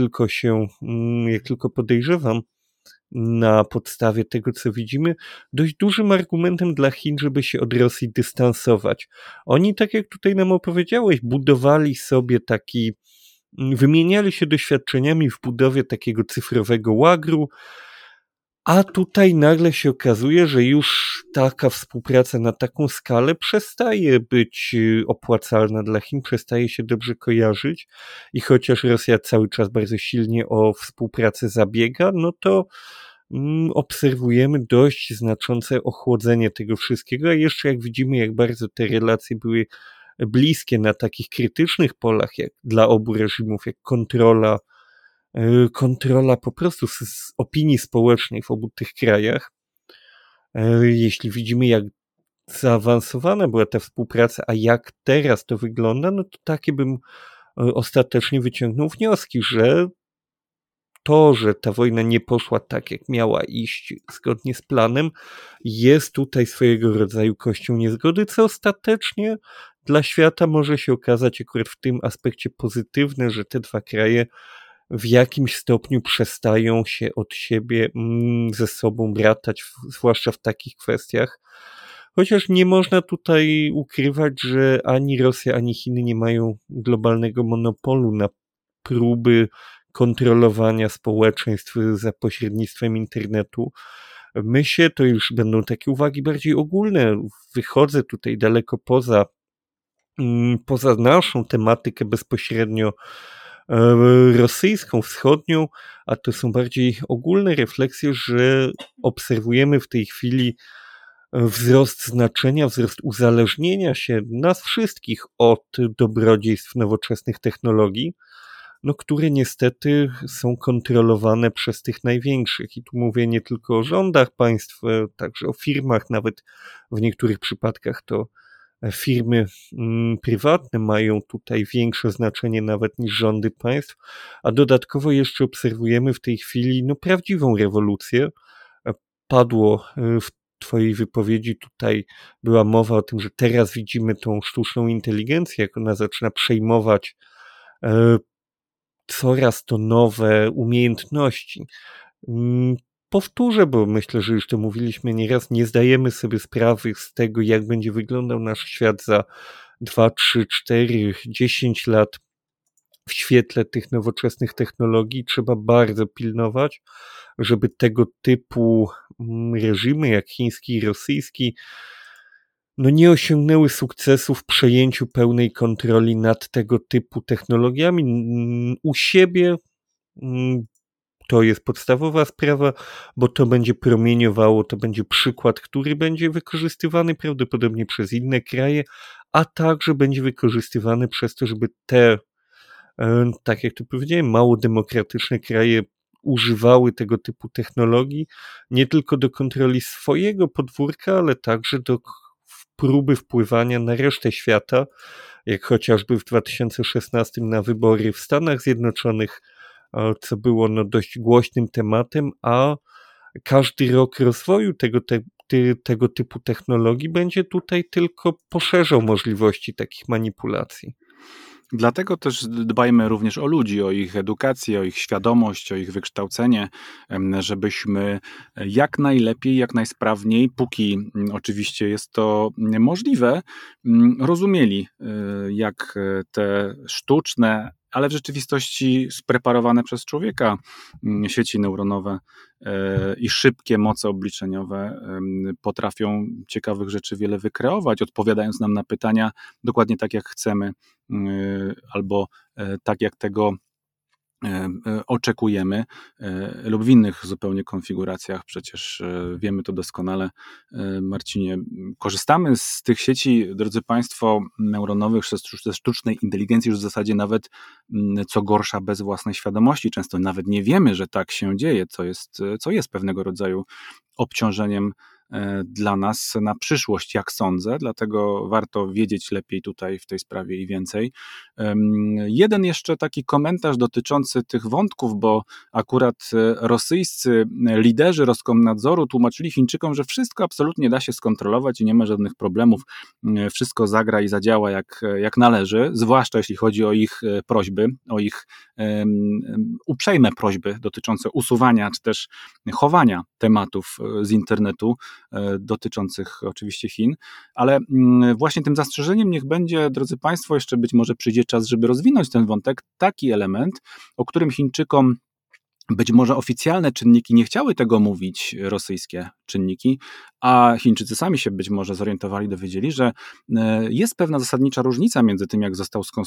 tylko podejrzewam, na podstawie tego, co widzimy, dość dużym argumentem dla Chin, żeby się od Rosji dystansować. Oni, tak jak tutaj nam opowiedziałeś, budowali sobie wymieniali się doświadczeniami w budowie takiego cyfrowego łagru, a tutaj nagle się okazuje, że już taka współpraca na taką skalę przestaje być opłacalna dla Chin, przestaje się dobrze kojarzyć i chociaż Rosja cały czas bardzo silnie o współpracę zabiega, no to obserwujemy dość znaczące ochłodzenie tego wszystkiego, a jeszcze jak widzimy, jak bardzo te relacje były bliskie na takich krytycznych polach, jak dla obu reżimów, jak kontrola po prostu z opinii społecznej w obu tych krajach. Jeśli widzimy, jak zaawansowana była ta współpraca, a jak teraz to wygląda, no to takie bym ostatecznie wyciągnął wnioski, że to, że ta wojna nie poszła tak, jak miała iść zgodnie z planem, jest tutaj swojego rodzaju kością niezgody, co ostatecznie dla świata może się okazać akurat w tym aspekcie pozytywne, że te dwa kraje w jakimś stopniu przestają się od siebie ze sobą bratać, zwłaszcza w takich kwestiach. Chociaż nie można tutaj ukrywać, że ani Rosja, ani Chiny nie mają globalnego monopolu na próby kontrolowania społeczeństw za pośrednictwem internetu. To już będą takie uwagi bardziej ogólne. Wychodzę tutaj daleko poza naszą tematykę bezpośrednio rosyjską, wschodnią, a to są bardziej ogólne refleksje, że obserwujemy w tej chwili wzrost znaczenia, wzrost uzależnienia się nas wszystkich od dobrodziejstw nowoczesnych technologii, które niestety są kontrolowane przez tych największych. I tu mówię nie tylko o rządach państw, także o firmach, nawet w niektórych przypadkach to firmy prywatne mają tutaj większe znaczenie nawet niż rządy państw, a dodatkowo jeszcze obserwujemy w tej chwili prawdziwą rewolucję. Padło w Twojej wypowiedzi, tutaj była mowa o tym, że teraz widzimy tą sztuczną inteligencję, jak ona zaczyna przejmować coraz to nowe umiejętności. Powtórzę, bo myślę, że już to mówiliśmy nieraz, nie zdajemy sobie sprawy z tego, jak będzie wyglądał nasz świat za 2, 3, 4, 10 lat. w świetle tych nowoczesnych technologii trzeba bardzo pilnować, żeby tego typu reżimy jak chiński i rosyjski nie osiągnęły sukcesu w przejęciu pełnej kontroli nad tego typu technologiami u siebie. To jest podstawowa sprawa, bo to będzie promieniowało, to będzie przykład, który będzie wykorzystywany prawdopodobnie przez inne kraje, a także będzie wykorzystywany przez to, żeby te, tak jak tu powiedziałem, mało demokratyczne kraje używały tego typu technologii nie tylko do kontroli swojego podwórka, ale także do próby wpływania na resztę świata, jak chociażby w 2016 na wybory w Stanach Zjednoczonych, co było dość głośnym tematem, a każdy rok rozwoju tego typu technologii będzie tutaj tylko poszerzał możliwości takich manipulacji. Dlatego też dbajmy również o ludzi, o ich edukację, o ich świadomość, o ich wykształcenie, żebyśmy jak najlepiej, jak najsprawniej, póki oczywiście jest to możliwe, rozumieli, jak te sztuczne, ale w rzeczywistości spreparowane przez człowieka sieci neuronowe i szybkie moce obliczeniowe potrafią ciekawych rzeczy wiele wykreować, odpowiadając nam na pytania dokładnie tak, jak chcemy, albo tak, jak tego oczekujemy, lub w innych zupełnie konfiguracjach. Przecież wiemy to doskonale, Marcinie. Korzystamy z tych sieci, drodzy Państwo, neuronowych, ze sztucznej inteligencji już w zasadzie nawet, co gorsza, bez własnej świadomości. Często nawet nie wiemy, że tak się dzieje, co jest pewnego rodzaju obciążeniem dla nas na przyszłość, jak sądzę, dlatego warto wiedzieć lepiej tutaj w tej sprawie i więcej. Jeden jeszcze taki komentarz dotyczący tych wątków, bo akurat rosyjscy liderzy Roskomnadzoru tłumaczyli Chińczykom, że wszystko absolutnie da się skontrolować i nie ma żadnych problemów, wszystko zagra i zadziała jak należy, zwłaszcza jeśli chodzi o ich prośby, o ich uprzejme prośby dotyczące usuwania czy też chowania tematów z internetu, dotyczących oczywiście Chin, ale właśnie tym zastrzeżeniem niech będzie, drodzy Państwo, jeszcze być może przyjdzie czas, żeby rozwinąć ten wątek, taki element, o którym Chińczykom być może oficjalne czynniki nie chciały tego mówić, rosyjskie czynniki, a Chińczycy sami się być może zorientowali, dowiedzieli, że jest pewna zasadnicza różnica między tym, jak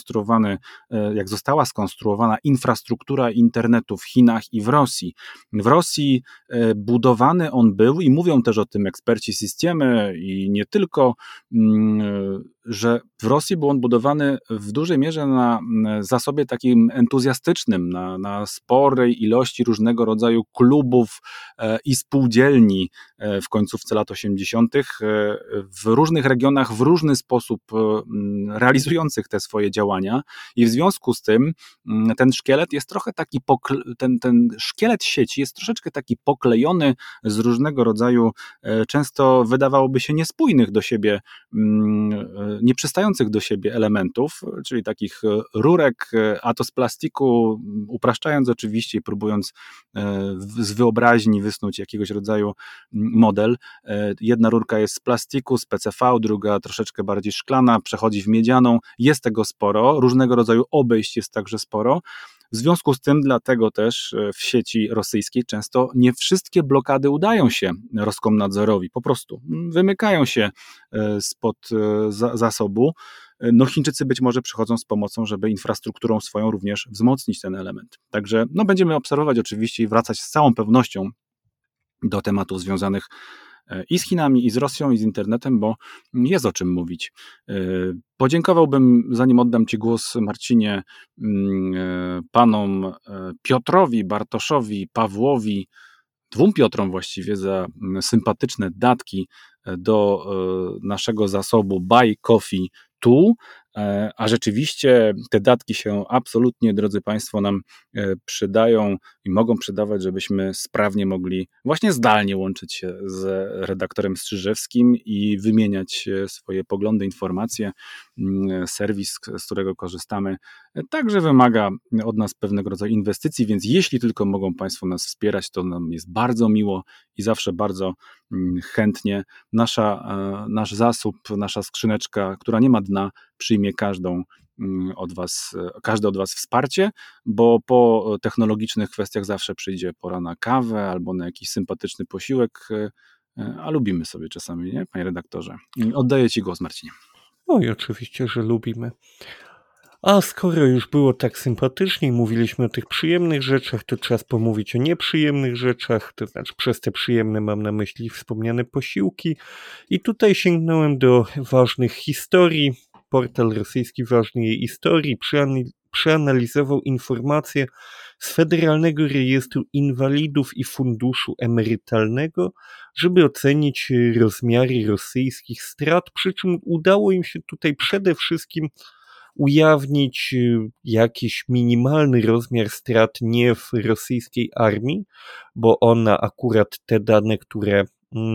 została skonstruowana infrastruktura internetu w Chinach i w Rosji. W Rosji budowany on był, i mówią też o tym eksperci systemy i nie tylko, że w Rosji był on budowany w dużej mierze na zasobie takim entuzjastycznym, na sporej ilości różnego rodzaju klubów i spółdzielni w końcówce lat 80. W różnych regionach w różny sposób realizujących te swoje działania, i w związku z tym ten szkielet jest trochę taki, ten szkielet sieci jest troszeczkę taki poklejony z różnego rodzaju, często wydawałoby się niespójnych do siebie, nieprzystających do siebie elementów, czyli takich rurek, a to z plastiku, upraszczając oczywiście i próbując z wyobraźni wysnuć jakiegoś rodzaju model. Jedna rurka jest z plastiku, z PCV, druga troszeczkę bardziej szklana, przechodzi w miedzianą, jest tego sporo, różnego rodzaju obejść jest także sporo. W związku z tym dlatego też w sieci rosyjskiej często nie wszystkie blokady udają się Roskomnadzorowi, po prostu wymykają się spod zasobu. Chińczycy być może przychodzą z pomocą, żeby infrastrukturą swoją również wzmocnić ten element. Także będziemy obserwować oczywiście i wracać z całą pewnością do tematów związanych i z Chinami, i z Rosją, i z internetem, bo jest o czym mówić. Podziękowałbym, zanim oddam Ci głos, Marcinie, panom Piotrowi, Bartoszowi, Pawłowi, 2 Piotrom właściwie, za sympatyczne datki do naszego zasobu Buy Coffee Tu, a rzeczywiście te datki się absolutnie, drodzy Państwo, nam przydają i mogą przydawać, żebyśmy sprawnie mogli właśnie zdalnie łączyć się z redaktorem Strzyżewskim i wymieniać swoje poglądy, informacje. Serwis, z którego korzystamy, także wymaga od nas pewnego rodzaju inwestycji, więc jeśli tylko mogą Państwo nas wspierać, to nam jest bardzo miło i zawsze bardzo chętnie nasz zasób, nasza skrzyneczka, która nie ma dna, przyjmie każdą od was, każdy od was wsparcie, bo po technologicznych kwestiach zawsze przyjdzie pora na kawę albo na jakiś sympatyczny posiłek, a lubimy sobie czasami, nie, panie redaktorze? Oddaję ci głos, Marcinie. Oj, oczywiście, że lubimy. A skoro już było tak sympatycznie i mówiliśmy o tych przyjemnych rzeczach, to czas pomówić o nieprzyjemnych rzeczach, to znaczy przez te przyjemne mam na myśli wspomniane posiłki. I tutaj sięgnąłem do ważnych historii. Portal rosyjski Ważnej Historii przeanalizował informacje z Federalnego Rejestru Inwalidów i Funduszu Emerytalnego, żeby ocenić rozmiary rosyjskich strat, przy czym udało im się tutaj przede wszystkim ujawnić jakiś minimalny rozmiar strat nie w rosyjskiej armii, bo ona akurat te dane, które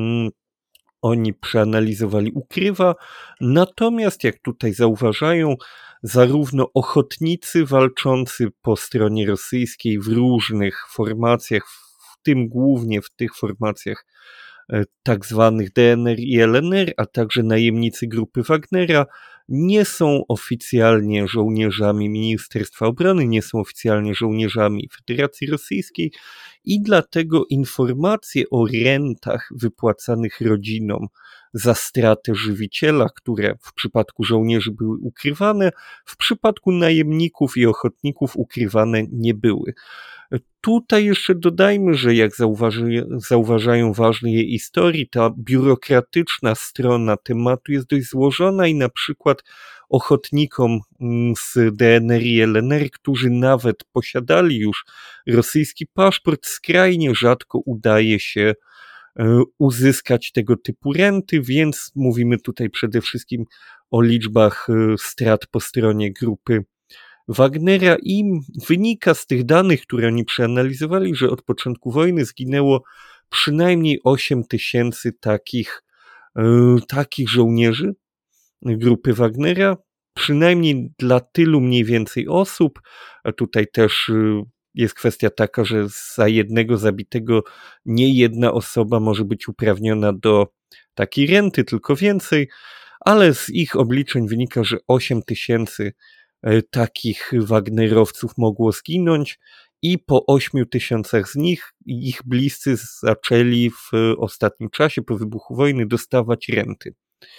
oni przeanalizowali, ukrywa. Natomiast, jak tutaj zauważają, zarówno ochotnicy walczący po stronie rosyjskiej w różnych formacjach, w tym głównie w tych formacjach tak zwanych DNR i LNR, a także najemnicy grupy Wagnera, nie są oficjalnie żołnierzami Ministerstwa Obrony, nie są oficjalnie żołnierzami Federacji Rosyjskiej i dlatego informacje o rentach wypłacanych rodzinom za stratę żywiciela, które w przypadku żołnierzy były ukrywane, w przypadku najemników i ochotników ukrywane nie były. Tutaj jeszcze dodajmy, że jak zauważają ważne jej historii, ta biurokratyczna strona tematu jest dość złożona i na przykład ochotnikom z DNR i LNR, którzy nawet posiadali już rosyjski paszport, skrajnie rzadko udaje się uzyskać tego typu renty, więc mówimy tutaj przede wszystkim o liczbach strat po stronie grupy Wagnera i wynika z tych danych, które oni przeanalizowali, że od początku wojny zginęło przynajmniej 8 000 takich żołnierzy grupy Wagnera, przynajmniej dla tylu mniej więcej osób, a tutaj też jest kwestia taka, że za jednego zabitego nie jedna osoba może być uprawniona do takiej renty, tylko więcej, ale z ich obliczeń wynika, że 8 000 takich Wagnerowców mogło zginąć i po 8 000 z nich ich bliscy zaczęli w ostatnim czasie po wybuchu wojny dostawać renty.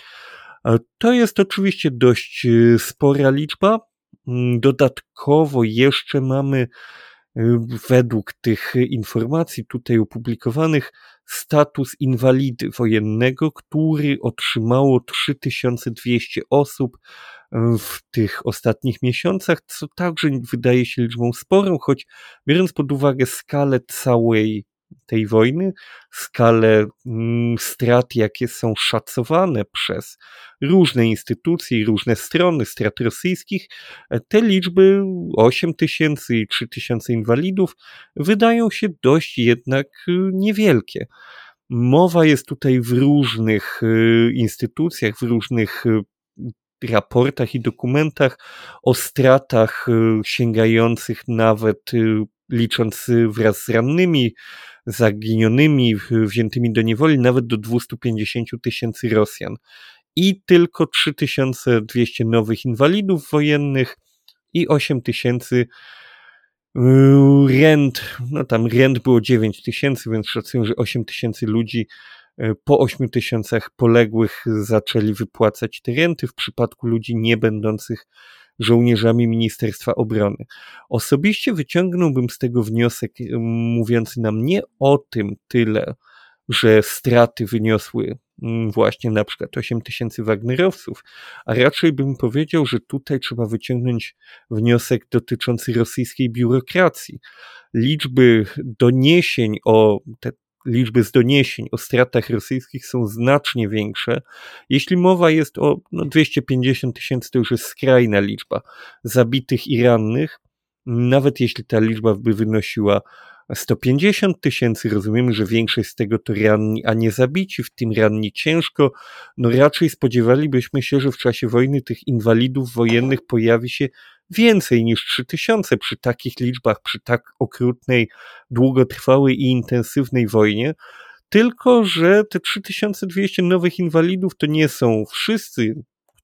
To jest oczywiście dość spora liczba. Dodatkowo jeszcze mamy według tych informacji tutaj opublikowanych status inwalidy wojennego, który otrzymało 3200 osób w tych ostatnich miesiącach, co także wydaje się liczbą sporą, choć biorąc pod uwagę skalę całej tej wojny, skalę strat, jakie są szacowane przez różne instytucje i różne strony strat rosyjskich, te liczby 8 000 i 3000 inwalidów wydają się dość jednak niewielkie. Mowa jest tutaj w różnych instytucjach, w różnych raportach i dokumentach o stratach sięgających nawet, licząc wraz z rannymi, zaginionymi, wziętymi do niewoli, nawet do 250 000 Rosjan. I tylko 3200 nowych inwalidów wojennych i 8 000 rent, no tam rent było 9 000, więc szacują, że 8 000 ludzi po 8 000 poległych zaczęli wypłacać te renty w przypadku ludzi nie będących żołnierzami Ministerstwa Obrony. Osobiście wyciągnąłbym z tego wniosek mówiący nam nie o tym tyle, że straty wyniosły właśnie na przykład 8 000 Wagnerowców, a raczej bym powiedział, że tutaj trzeba wyciągnąć wniosek dotyczący rosyjskiej biurokracji. Liczby z doniesień o stratach rosyjskich są znacznie większe. Jeśli mowa jest o 250 000, to już jest skrajna liczba zabitych i rannych. Nawet jeśli ta liczba by wynosiła 150 000, rozumiemy, że większość z tego to ranni, a nie zabici, w tym ranni ciężko. Raczej spodziewalibyśmy się, że w czasie wojny tych inwalidów wojennych pojawi się więcej niż 3000 przy takich liczbach, przy tak okrutnej, długotrwałej i intensywnej wojnie. Tylko że te 3200 nowych inwalidów to nie są wszyscy,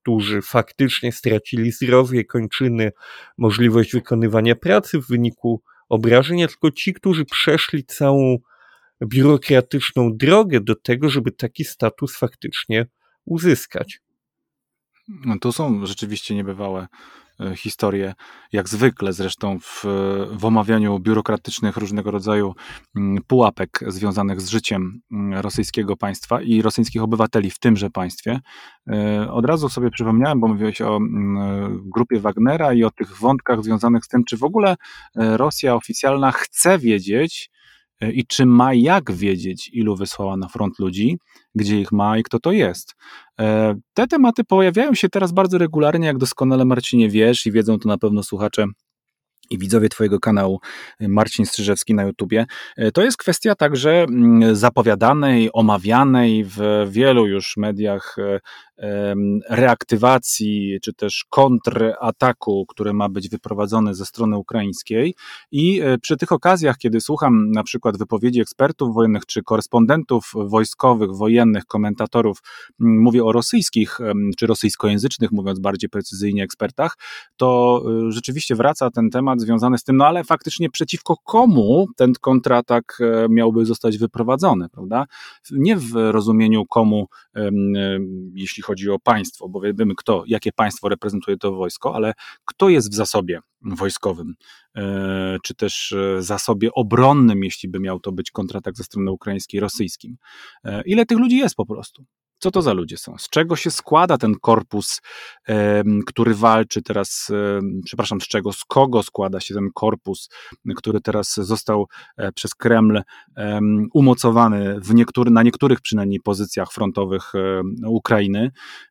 którzy faktycznie stracili zdrowie, kończyny, możliwość wykonywania pracy w wyniku obrażeń, a tylko ci, którzy przeszli całą biurokratyczną drogę do tego, żeby taki status faktycznie uzyskać. No, to są rzeczywiście niebywałe historie, jak zwykle zresztą w omawianiu biurokratycznych różnego rodzaju pułapek związanych z życiem rosyjskiego państwa i rosyjskich obywateli w tymże państwie. Od razu sobie przypomniałem, bo mówiłeś o grupie Wagnera i o tych wątkach związanych z tym, czy w ogóle Rosja oficjalna chce wiedzieć i czy ma jak wiedzieć, ilu wysłała na front ludzi, gdzie ich ma i kto to jest. Te tematy pojawiają się teraz bardzo regularnie, jak doskonale, Marcinie, wiesz i wiedzą to na pewno słuchacze i widzowie twojego kanału, Marcin Strzyżewski na YouTubie. To jest kwestia także zapowiadanej, omawianej w wielu już mediach reaktywacji, czy też kontrataku, który ma być wyprowadzony ze strony ukraińskiej. I przy tych okazjach, kiedy słucham na przykład wypowiedzi ekspertów wojennych, czy korespondentów wojskowych, wojennych, komentatorów, mówię o rosyjskich, czy rosyjskojęzycznych, mówiąc bardziej precyzyjnie, ekspertach, to rzeczywiście wraca ten temat związany z tym, no ale faktycznie przeciwko komu ten kontratak miałby zostać wyprowadzony, prawda? Nie w rozumieniu komu, jeśli chodzi o państwo, bo wiemy jakie państwo reprezentuje to wojsko, ale kto jest w zasobie wojskowym, czy też zasobie obronnym, jeśli by miał to być kontratak ze strony ukraińskiej, rosyjskim. Ile tych ludzi jest po prostu? Co to za ludzie są? Z czego się składa ten korpus, który walczy teraz, z kogo składa się ten korpus, który teraz został przez Kreml umocowany na niektórych przynajmniej pozycjach frontowych Ukrainy.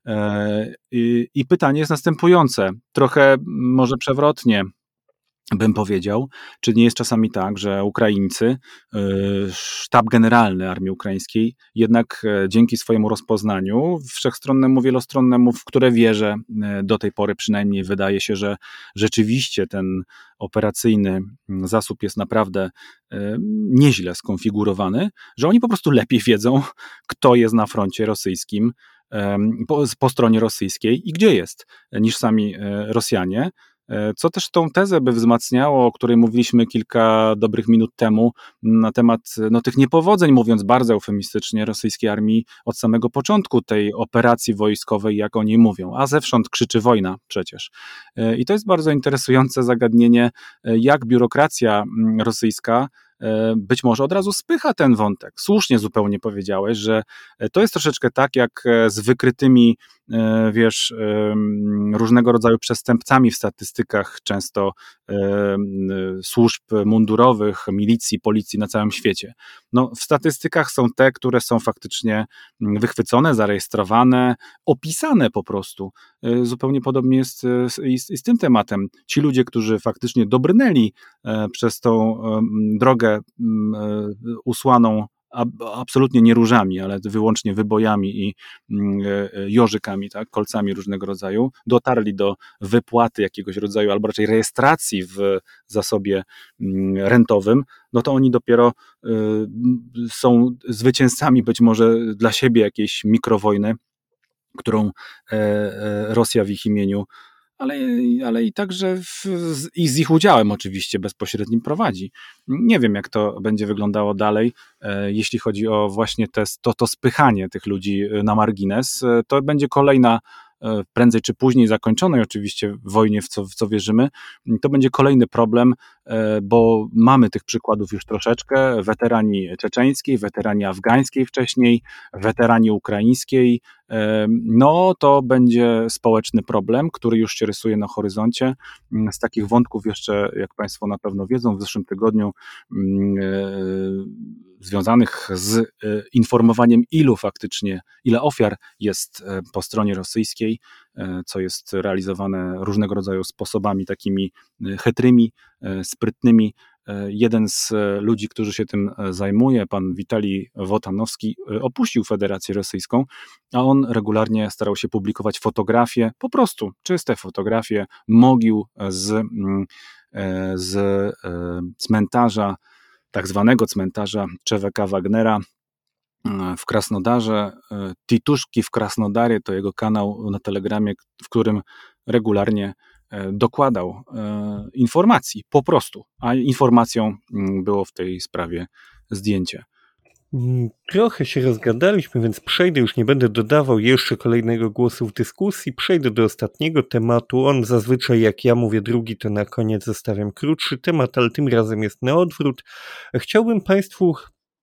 I pytanie jest następujące, trochę może przewrotnie bym powiedział, czy nie jest czasami tak, że Ukraińcy, sztab generalny Armii Ukraińskiej, jednak dzięki swojemu rozpoznaniu wszechstronnemu, wielostronnemu, w które wierzę do tej pory przynajmniej, wydaje się, że rzeczywiście ten operacyjny zasób jest naprawdę nieźle skonfigurowany, że oni po prostu lepiej wiedzą, kto jest na froncie rosyjskim, po stronie rosyjskiej i gdzie jest, niż sami Rosjanie. Co też tą tezę by wzmacniało, o której mówiliśmy kilka dobrych minut temu, na temat tych niepowodzeń, mówiąc bardzo eufemistycznie, rosyjskiej armii od samego początku tej operacji wojskowej, jak oni mówią, a zewsząd krzyczy wojna przecież. I to jest bardzo interesujące zagadnienie, jak biurokracja rosyjska być może od razu spycha ten wątek. Słusznie zupełnie powiedziałeś, że to jest troszeczkę tak, jak z wykrytymi, różnego rodzaju przestępcami w statystykach często służb mundurowych, milicji, policji na całym świecie. No, w statystykach są te, które są faktycznie wychwycone, zarejestrowane, opisane po prostu. Zupełnie podobnie jest z tym tematem. Ci ludzie, którzy faktycznie dobrnęli przez tą drogę usłaną absolutnie nie różami, ale wyłącznie wybojami i jożykami, tak, kolcami różnego rodzaju, dotarli do wypłaty jakiegoś rodzaju, albo raczej rejestracji w zasobie rentowym, no to oni dopiero są zwycięzcami być może dla siebie jakiejś mikrowojny, którą Rosja w ich imieniu, ale i także i z ich udziałem oczywiście bezpośrednim prowadzi. Nie wiem, jak to będzie wyglądało dalej, jeśli chodzi o właśnie to spychanie tych ludzi na margines. To będzie kolejna, prędzej czy później zakończonej oczywiście wojnie, w co wierzymy, to będzie kolejny problem, bo mamy tych przykładów już troszeczkę, weterani czeczeńskiej, weterani afgańskiej wcześniej, weterani ukraińskiej, no to będzie społeczny problem, który już się rysuje na horyzoncie. Z takich wątków jeszcze, jak Państwo na pewno wiedzą, w zeszłym tygodniu związanych z informowaniem, ile ofiar jest po stronie rosyjskiej, co jest realizowane różnego rodzaju sposobami takimi chytrymi, sprytnymi. Jeden z ludzi, którzy się tym zajmuje, pan Witalij Wotanowski, opuścił Federację Rosyjską, a on regularnie starał się publikować fotografie, po prostu czyste fotografie mogił z cmentarza, tak zwanego cmentarza ČVK Wagnera, w Krasnodarze. Tituszki w Krasnodarie to jego kanał na Telegramie, w którym regularnie dokładał informacji, po prostu. A informacją było w tej sprawie zdjęcie. Trochę się rozgadaliśmy, więc przejdę, już nie będę dodawał jeszcze kolejnego głosu w dyskusji, przejdę do ostatniego tematu. On zazwyczaj, jak ja mówię drugi, to na koniec zostawiam krótszy temat, ale tym razem jest na odwrót. Chciałbym Państwu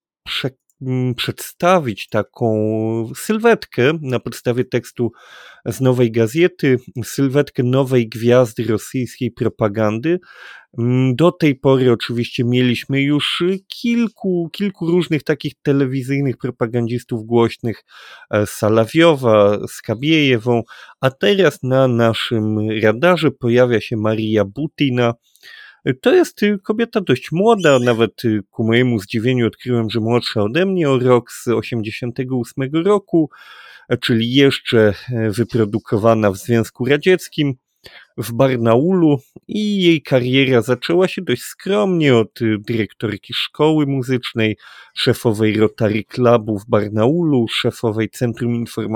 przedstawić taką sylwetkę na podstawie tekstu z Nowej Gazety, sylwetkę nowej gwiazdy rosyjskiej propagandy. Do tej pory oczywiście mieliśmy już kilku różnych takich telewizyjnych propagandzistów głośnych, Salawiowa, Skabiejewą, a teraz na naszym radarze pojawia się Maria Butina. To jest kobieta dość młoda, nawet ku mojemu zdziwieniu odkryłem, że młodsza ode mnie o rok, z 1988 roku, czyli jeszcze wyprodukowana w Związku Radzieckim, w Barnaulu, i jej kariera zaczęła się dość skromnie od dyrektorki szkoły muzycznej, szefowej Rotary Clubu w Barnaulu, szefowej Centrum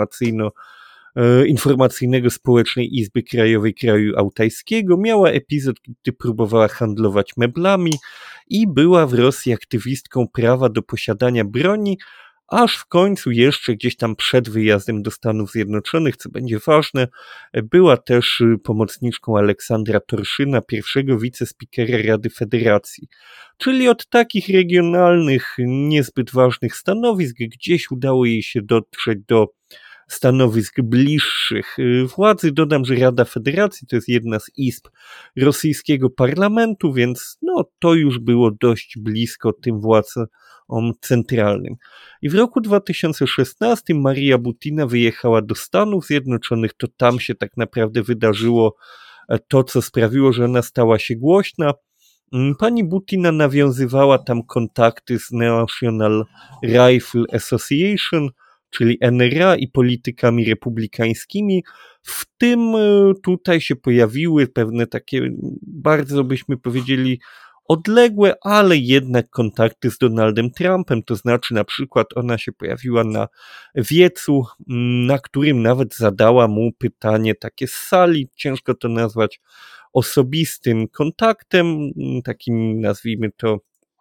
Informacyjnego Społecznej Izby Krajowej Kraju Altajskiego. Miała epizod, gdy próbowała handlować meblami i była w Rosji aktywistką prawa do posiadania broni, aż w końcu jeszcze gdzieś tam przed wyjazdem do Stanów Zjednoczonych, co będzie ważne, była też pomocniczką Aleksandra Torszyna, pierwszego wicespikera Rady Federacji. Czyli od takich regionalnych, niezbyt ważnych stanowisk gdzieś udało jej się dotrzeć do stanowisk bliższych władzy. Dodam, że Rada Federacji to jest jedna z izb rosyjskiego parlamentu, więc to już było dość blisko tym władzom centralnym. I w roku 2016 Maria Butina wyjechała do Stanów Zjednoczonych. To tam się tak naprawdę wydarzyło to, co sprawiło, że ona stała się głośna. Pani Butina nawiązywała tam kontakty z National Rifle Association, czyli NRA, i politykami republikańskimi. W tym tutaj się pojawiły pewne takie, bardzo byśmy powiedzieli, odległe, ale jednak kontakty z Donaldem Trumpem, to znaczy na przykład ona się pojawiła na wiecu, na którym nawet zadała mu pytanie takie z sali, ciężko to nazwać osobistym kontaktem, takim, nazwijmy to,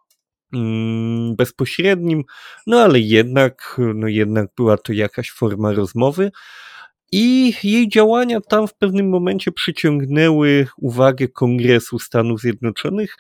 bezpośrednim, ale jednak była to jakaś forma rozmowy. I jej działania tam w pewnym momencie przyciągnęły uwagę Kongresu Stanów Zjednoczonych,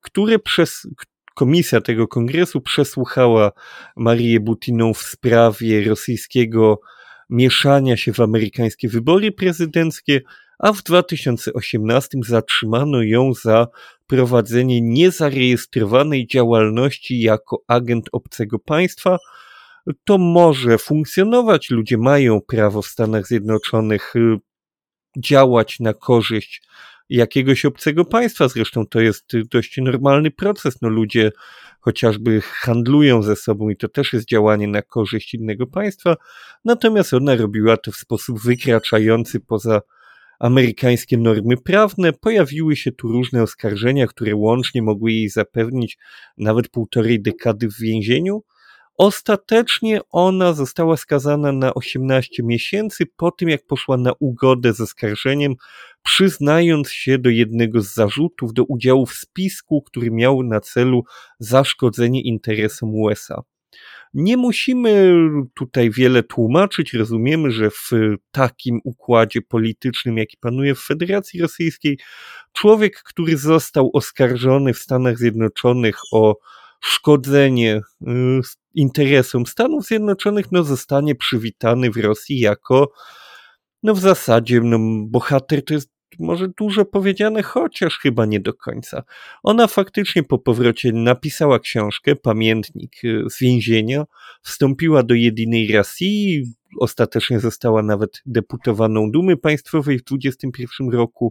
komisja tego kongresu przesłuchała Marię Butiną w sprawie rosyjskiego mieszania się w amerykańskie wybory prezydenckie, a w 2018 zatrzymano ją za prowadzenie niezarejestrowanej działalności jako agent obcego państwa. To może funkcjonować, ludzie mają prawo w Stanach Zjednoczonych działać na korzyść jakiegoś obcego państwa, zresztą to jest dość normalny proces, ludzie chociażby handlują ze sobą i to też jest działanie na korzyść innego państwa, natomiast ona robiła to w sposób wykraczający poza amerykańskie normy prawne. Pojawiły się tu różne oskarżenia, które łącznie mogły jej zapewnić nawet 1,5 dekady w więzieniu. Ostatecznie ona została skazana na 18 miesięcy po tym, jak poszła na ugodę z oskarżeniem, przyznając się do jednego z zarzutów, do udziału w spisku, który miał na celu zaszkodzenie interesom USA. Nie musimy tutaj wiele tłumaczyć, rozumiemy, że w takim układzie politycznym, jaki panuje w Federacji Rosyjskiej, człowiek, który został oskarżony w Stanach Zjednoczonych o szkodzenie interesom Stanów Zjednoczonych, zostanie przywitany w Rosji jako w zasadzie bohater. To jest może dużo powiedziane, chociaż chyba nie do końca. Ona faktycznie po powrocie napisała książkę, pamiętnik z więzienia, wstąpiła do Jedynej Rosji, ostatecznie została nawet deputowaną Dumy Państwowej w 2021 roku,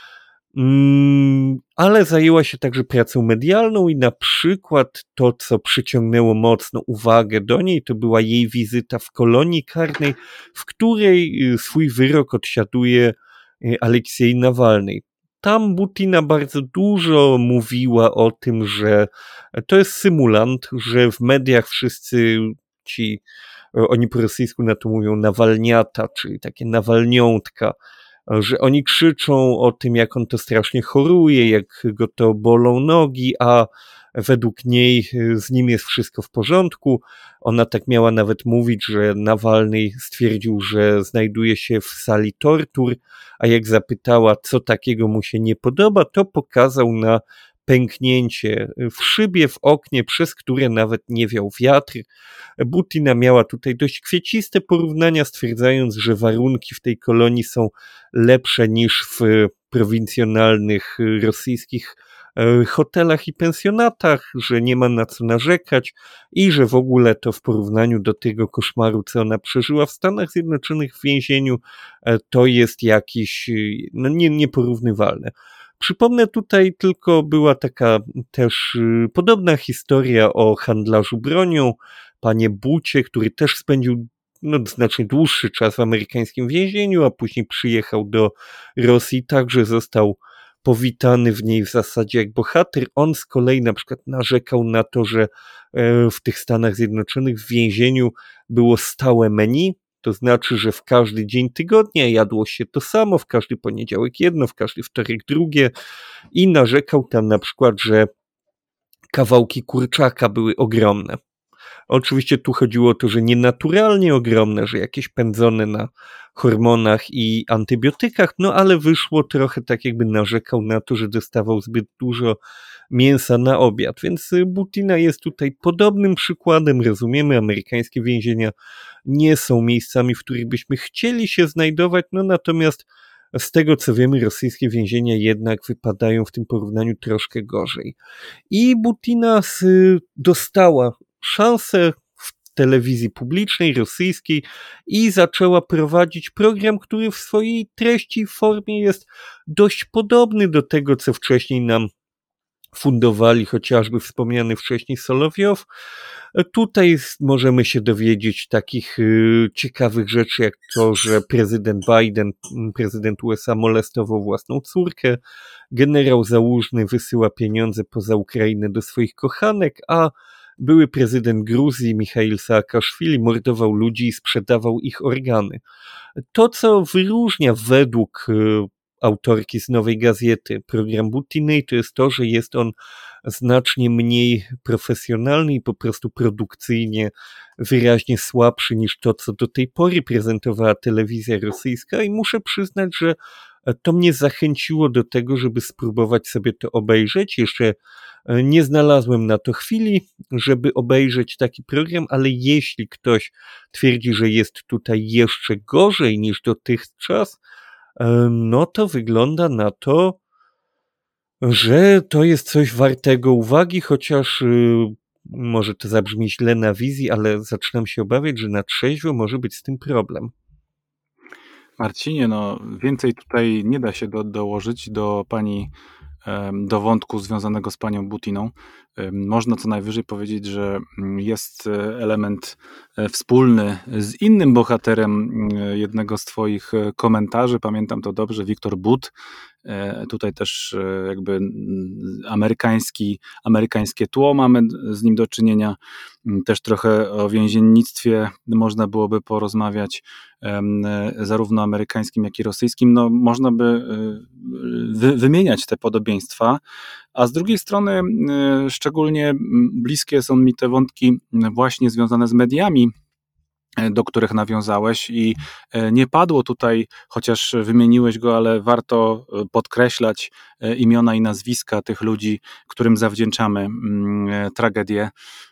ale zajęła się także pracą medialną i na przykład to, co przyciągnęło mocno uwagę do niej, to była jej wizyta w kolonii karnej, w której swój wyrok odsiaduje Aleksiej Nawalny. Tam Butina bardzo dużo mówiła o tym, że to jest symulant, że w mediach wszyscy oni po rosyjsku na to mówią nawalniata, czyli takie nawalniątka, że oni krzyczą o tym, jak on to strasznie choruje, jak go to bolą nogi, a według niej z nim jest wszystko w porządku. Ona tak miała nawet mówić, że Nawalny stwierdził, że znajduje się w sali tortur, a jak zapytała, co takiego mu się nie podoba, to pokazał na pęknięcie w szybie, w oknie, przez które nawet nie wiał wiatr. Butina miała tutaj dość kwieciste porównania, stwierdzając, że warunki w tej kolonii są lepsze niż w prowincjonalnych rosyjskich hotelach i pensjonatach, że nie ma na co narzekać i że w ogóle to w porównaniu do tego koszmaru, co ona przeżyła w Stanach Zjednoczonych w więzieniu, to jest jakiś nieporównywalne. Przypomnę, tutaj tylko była taka też podobna historia o handlarzu bronią, panie Bucie, który też spędził znacznie dłuższy czas w amerykańskim więzieniu, a później przyjechał do Rosji, także został powitany w niej w zasadzie jak bohater. On z kolei na przykład narzekał na to, że w tych Stanach Zjednoczonych w więzieniu było stałe menu, to znaczy, że w każdy dzień tygodnia jadło się to samo, w każdy poniedziałek jedno, w każdy wtorek drugie i narzekał tam na przykład, że kawałki kurczaka były ogromne. Oczywiście tu chodziło o to, że nienaturalnie ogromne, że jakieś pędzone na hormonach i antybiotykach, ale wyszło trochę tak, jakby narzekał na to, że dostawał zbyt dużo mięsa na obiad, więc Butina jest tutaj podobnym przykładem. Rozumiemy, amerykańskie więzienia nie są miejscami, w których byśmy chcieli się znajdować, natomiast z tego co wiemy, rosyjskie więzienia jednak wypadają w tym porównaniu troszkę gorzej. I Butina dostała szansę w telewizji publicznej rosyjskiej i zaczęła prowadzić program, który w swojej treści i formie jest dość podobny do tego, co wcześniej nam fundowali chociażby wspomniany wcześniej Solowjow. Tutaj możemy się dowiedzieć takich ciekawych rzeczy, jak to, że prezydent Biden, prezydent USA, molestował własną córkę, generał Załużny wysyła pieniądze poza Ukrainę do swoich kochanek, a były prezydent Gruzji Michail Saakaszwili mordował ludzi i sprzedawał ich organy. To, co wyróżnia według autorki z Nowej Gazety program Butiny, to jest to, że jest on znacznie mniej profesjonalny i po prostu produkcyjnie wyraźnie słabszy niż to, co do tej pory prezentowała telewizja rosyjska i muszę przyznać, że to mnie zachęciło do tego, żeby spróbować sobie to obejrzeć. Jeszcze nie znalazłem na to chwili, żeby obejrzeć taki program, ale jeśli ktoś twierdzi, że jest tutaj jeszcze gorzej niż dotychczas, to wygląda na to, że to jest coś wartego uwagi, chociaż może to zabrzmi źle na wizji, ale zaczynam się obawiać, że na trzeźwo może być z tym problem. Marcinie, więcej tutaj nie da się dołożyć do wątku związanego z panią Butiną. Można co najwyżej powiedzieć, że jest element wspólny z innym bohaterem jednego z twoich komentarzy. Pamiętam to dobrze, Wiktor But. Tutaj też jakby amerykańskie tło mamy z nim do czynienia. Też trochę o więziennictwie można byłoby porozmawiać, zarówno amerykańskim, jak i rosyjskim. Można by wymieniać te podobieństwa, a z drugiej strony szczególnie bliskie są mi te wątki właśnie związane z mediami, do których nawiązałeś i nie padło tutaj, chociaż wymieniłeś go, ale warto podkreślać imiona i nazwiska tych ludzi, którym zawdzięczamy tragedię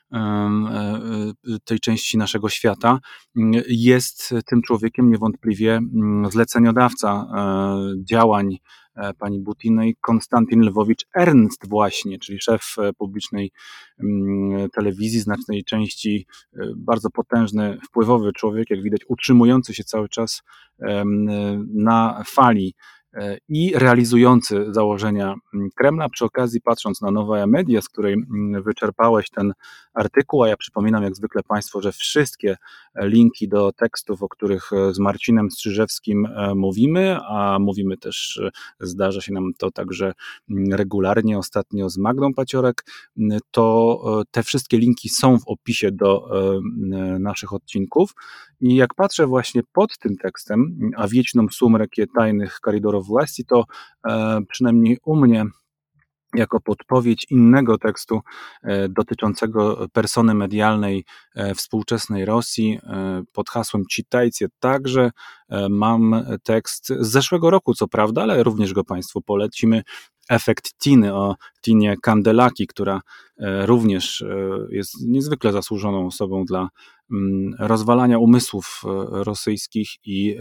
tej części naszego świata. Jest tym człowiekiem niewątpliwie zleceniodawca działań pani Butinej, Konstantin Lwowicz Ernst właśnie, czyli szef publicznej telewizji, znacznej części bardzo potężny, wpływowy człowiek, jak widać utrzymujący się cały czas na fali i realizujący założenia Kremla. Przy okazji, patrząc na Nowa Media, z której wyczerpałeś ten artykuł, a ja przypominam jak zwykle Państwu, że wszystkie linki do tekstów, o których z Marcinem Strzyżewskim mówimy, a mówimy też, zdarza się nam to także regularnie, ostatnio z Magdą Paciorek, to te wszystkie linki są w opisie do naszych odcinków. I jak patrzę właśnie pod tym tekstem, a wieczną sumrekie tajnych koridorów właści, to przynajmniej u mnie jako podpowiedź innego tekstu dotyczącego persony medialnej współczesnej Rosji pod hasłem "Czytajcie także". Mam tekst z zeszłego roku, co prawda, ale również go Państwu polecimy. Efekt Tiny o Tinie Kandelaki, która również jest niezwykle zasłużoną osobą dla rozwalania umysłów rosyjskich i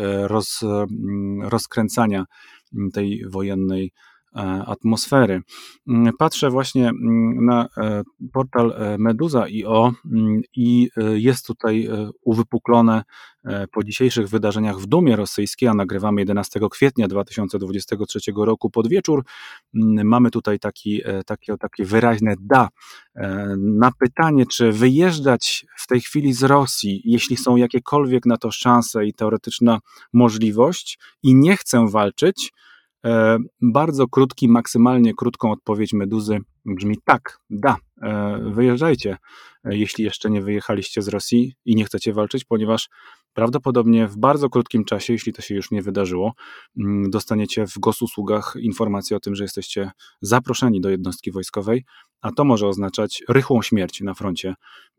rozkręcania tej wojennej atmosfery. Patrzę właśnie na portal Meduza.io i jest tutaj uwypuklone po dzisiejszych wydarzeniach w Dumie rosyjskiej, a nagrywamy 11 kwietnia 2023 roku pod wieczór. Mamy tutaj takie wyraźne da na pytanie, czy wyjeżdżać w tej chwili z Rosji, jeśli są jakiekolwiek na to szanse i teoretyczna możliwość i nie chcę walczyć. Bardzo krótki, maksymalnie krótką odpowiedź Meduzy brzmi tak, da, wyjeżdżajcie, jeśli jeszcze nie wyjechaliście z Rosji i nie chcecie walczyć, ponieważ prawdopodobnie w bardzo krótkim czasie, jeśli to się już nie wydarzyło, dostaniecie w GOS-usługach informację o tym, że jesteście zaproszeni do jednostki wojskowej, a to może oznaczać rychłą śmierć na froncie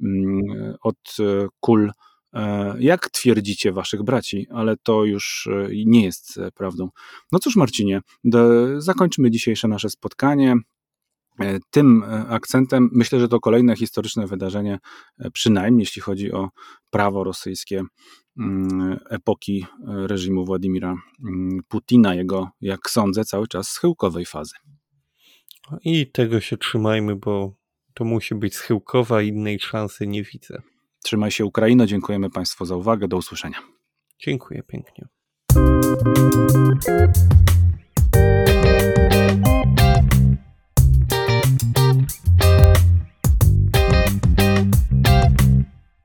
od kul, jak twierdzicie, waszych braci, ale to już nie jest prawdą. No cóż, Marcinie, zakończymy dzisiejsze nasze spotkanie tym akcentem. Myślę, że to kolejne historyczne wydarzenie, przynajmniej jeśli chodzi o prawo rosyjskie epoki reżimu Władimira Putina, jego, jak sądzę, cały czas schyłkowej fazy. I tego się trzymajmy, bo to musi być schyłkowa, innej szansy nie widzę. Trzymaj się, Ukraino. Dziękujemy Państwu za uwagę. Do usłyszenia. Dziękuję pięknie.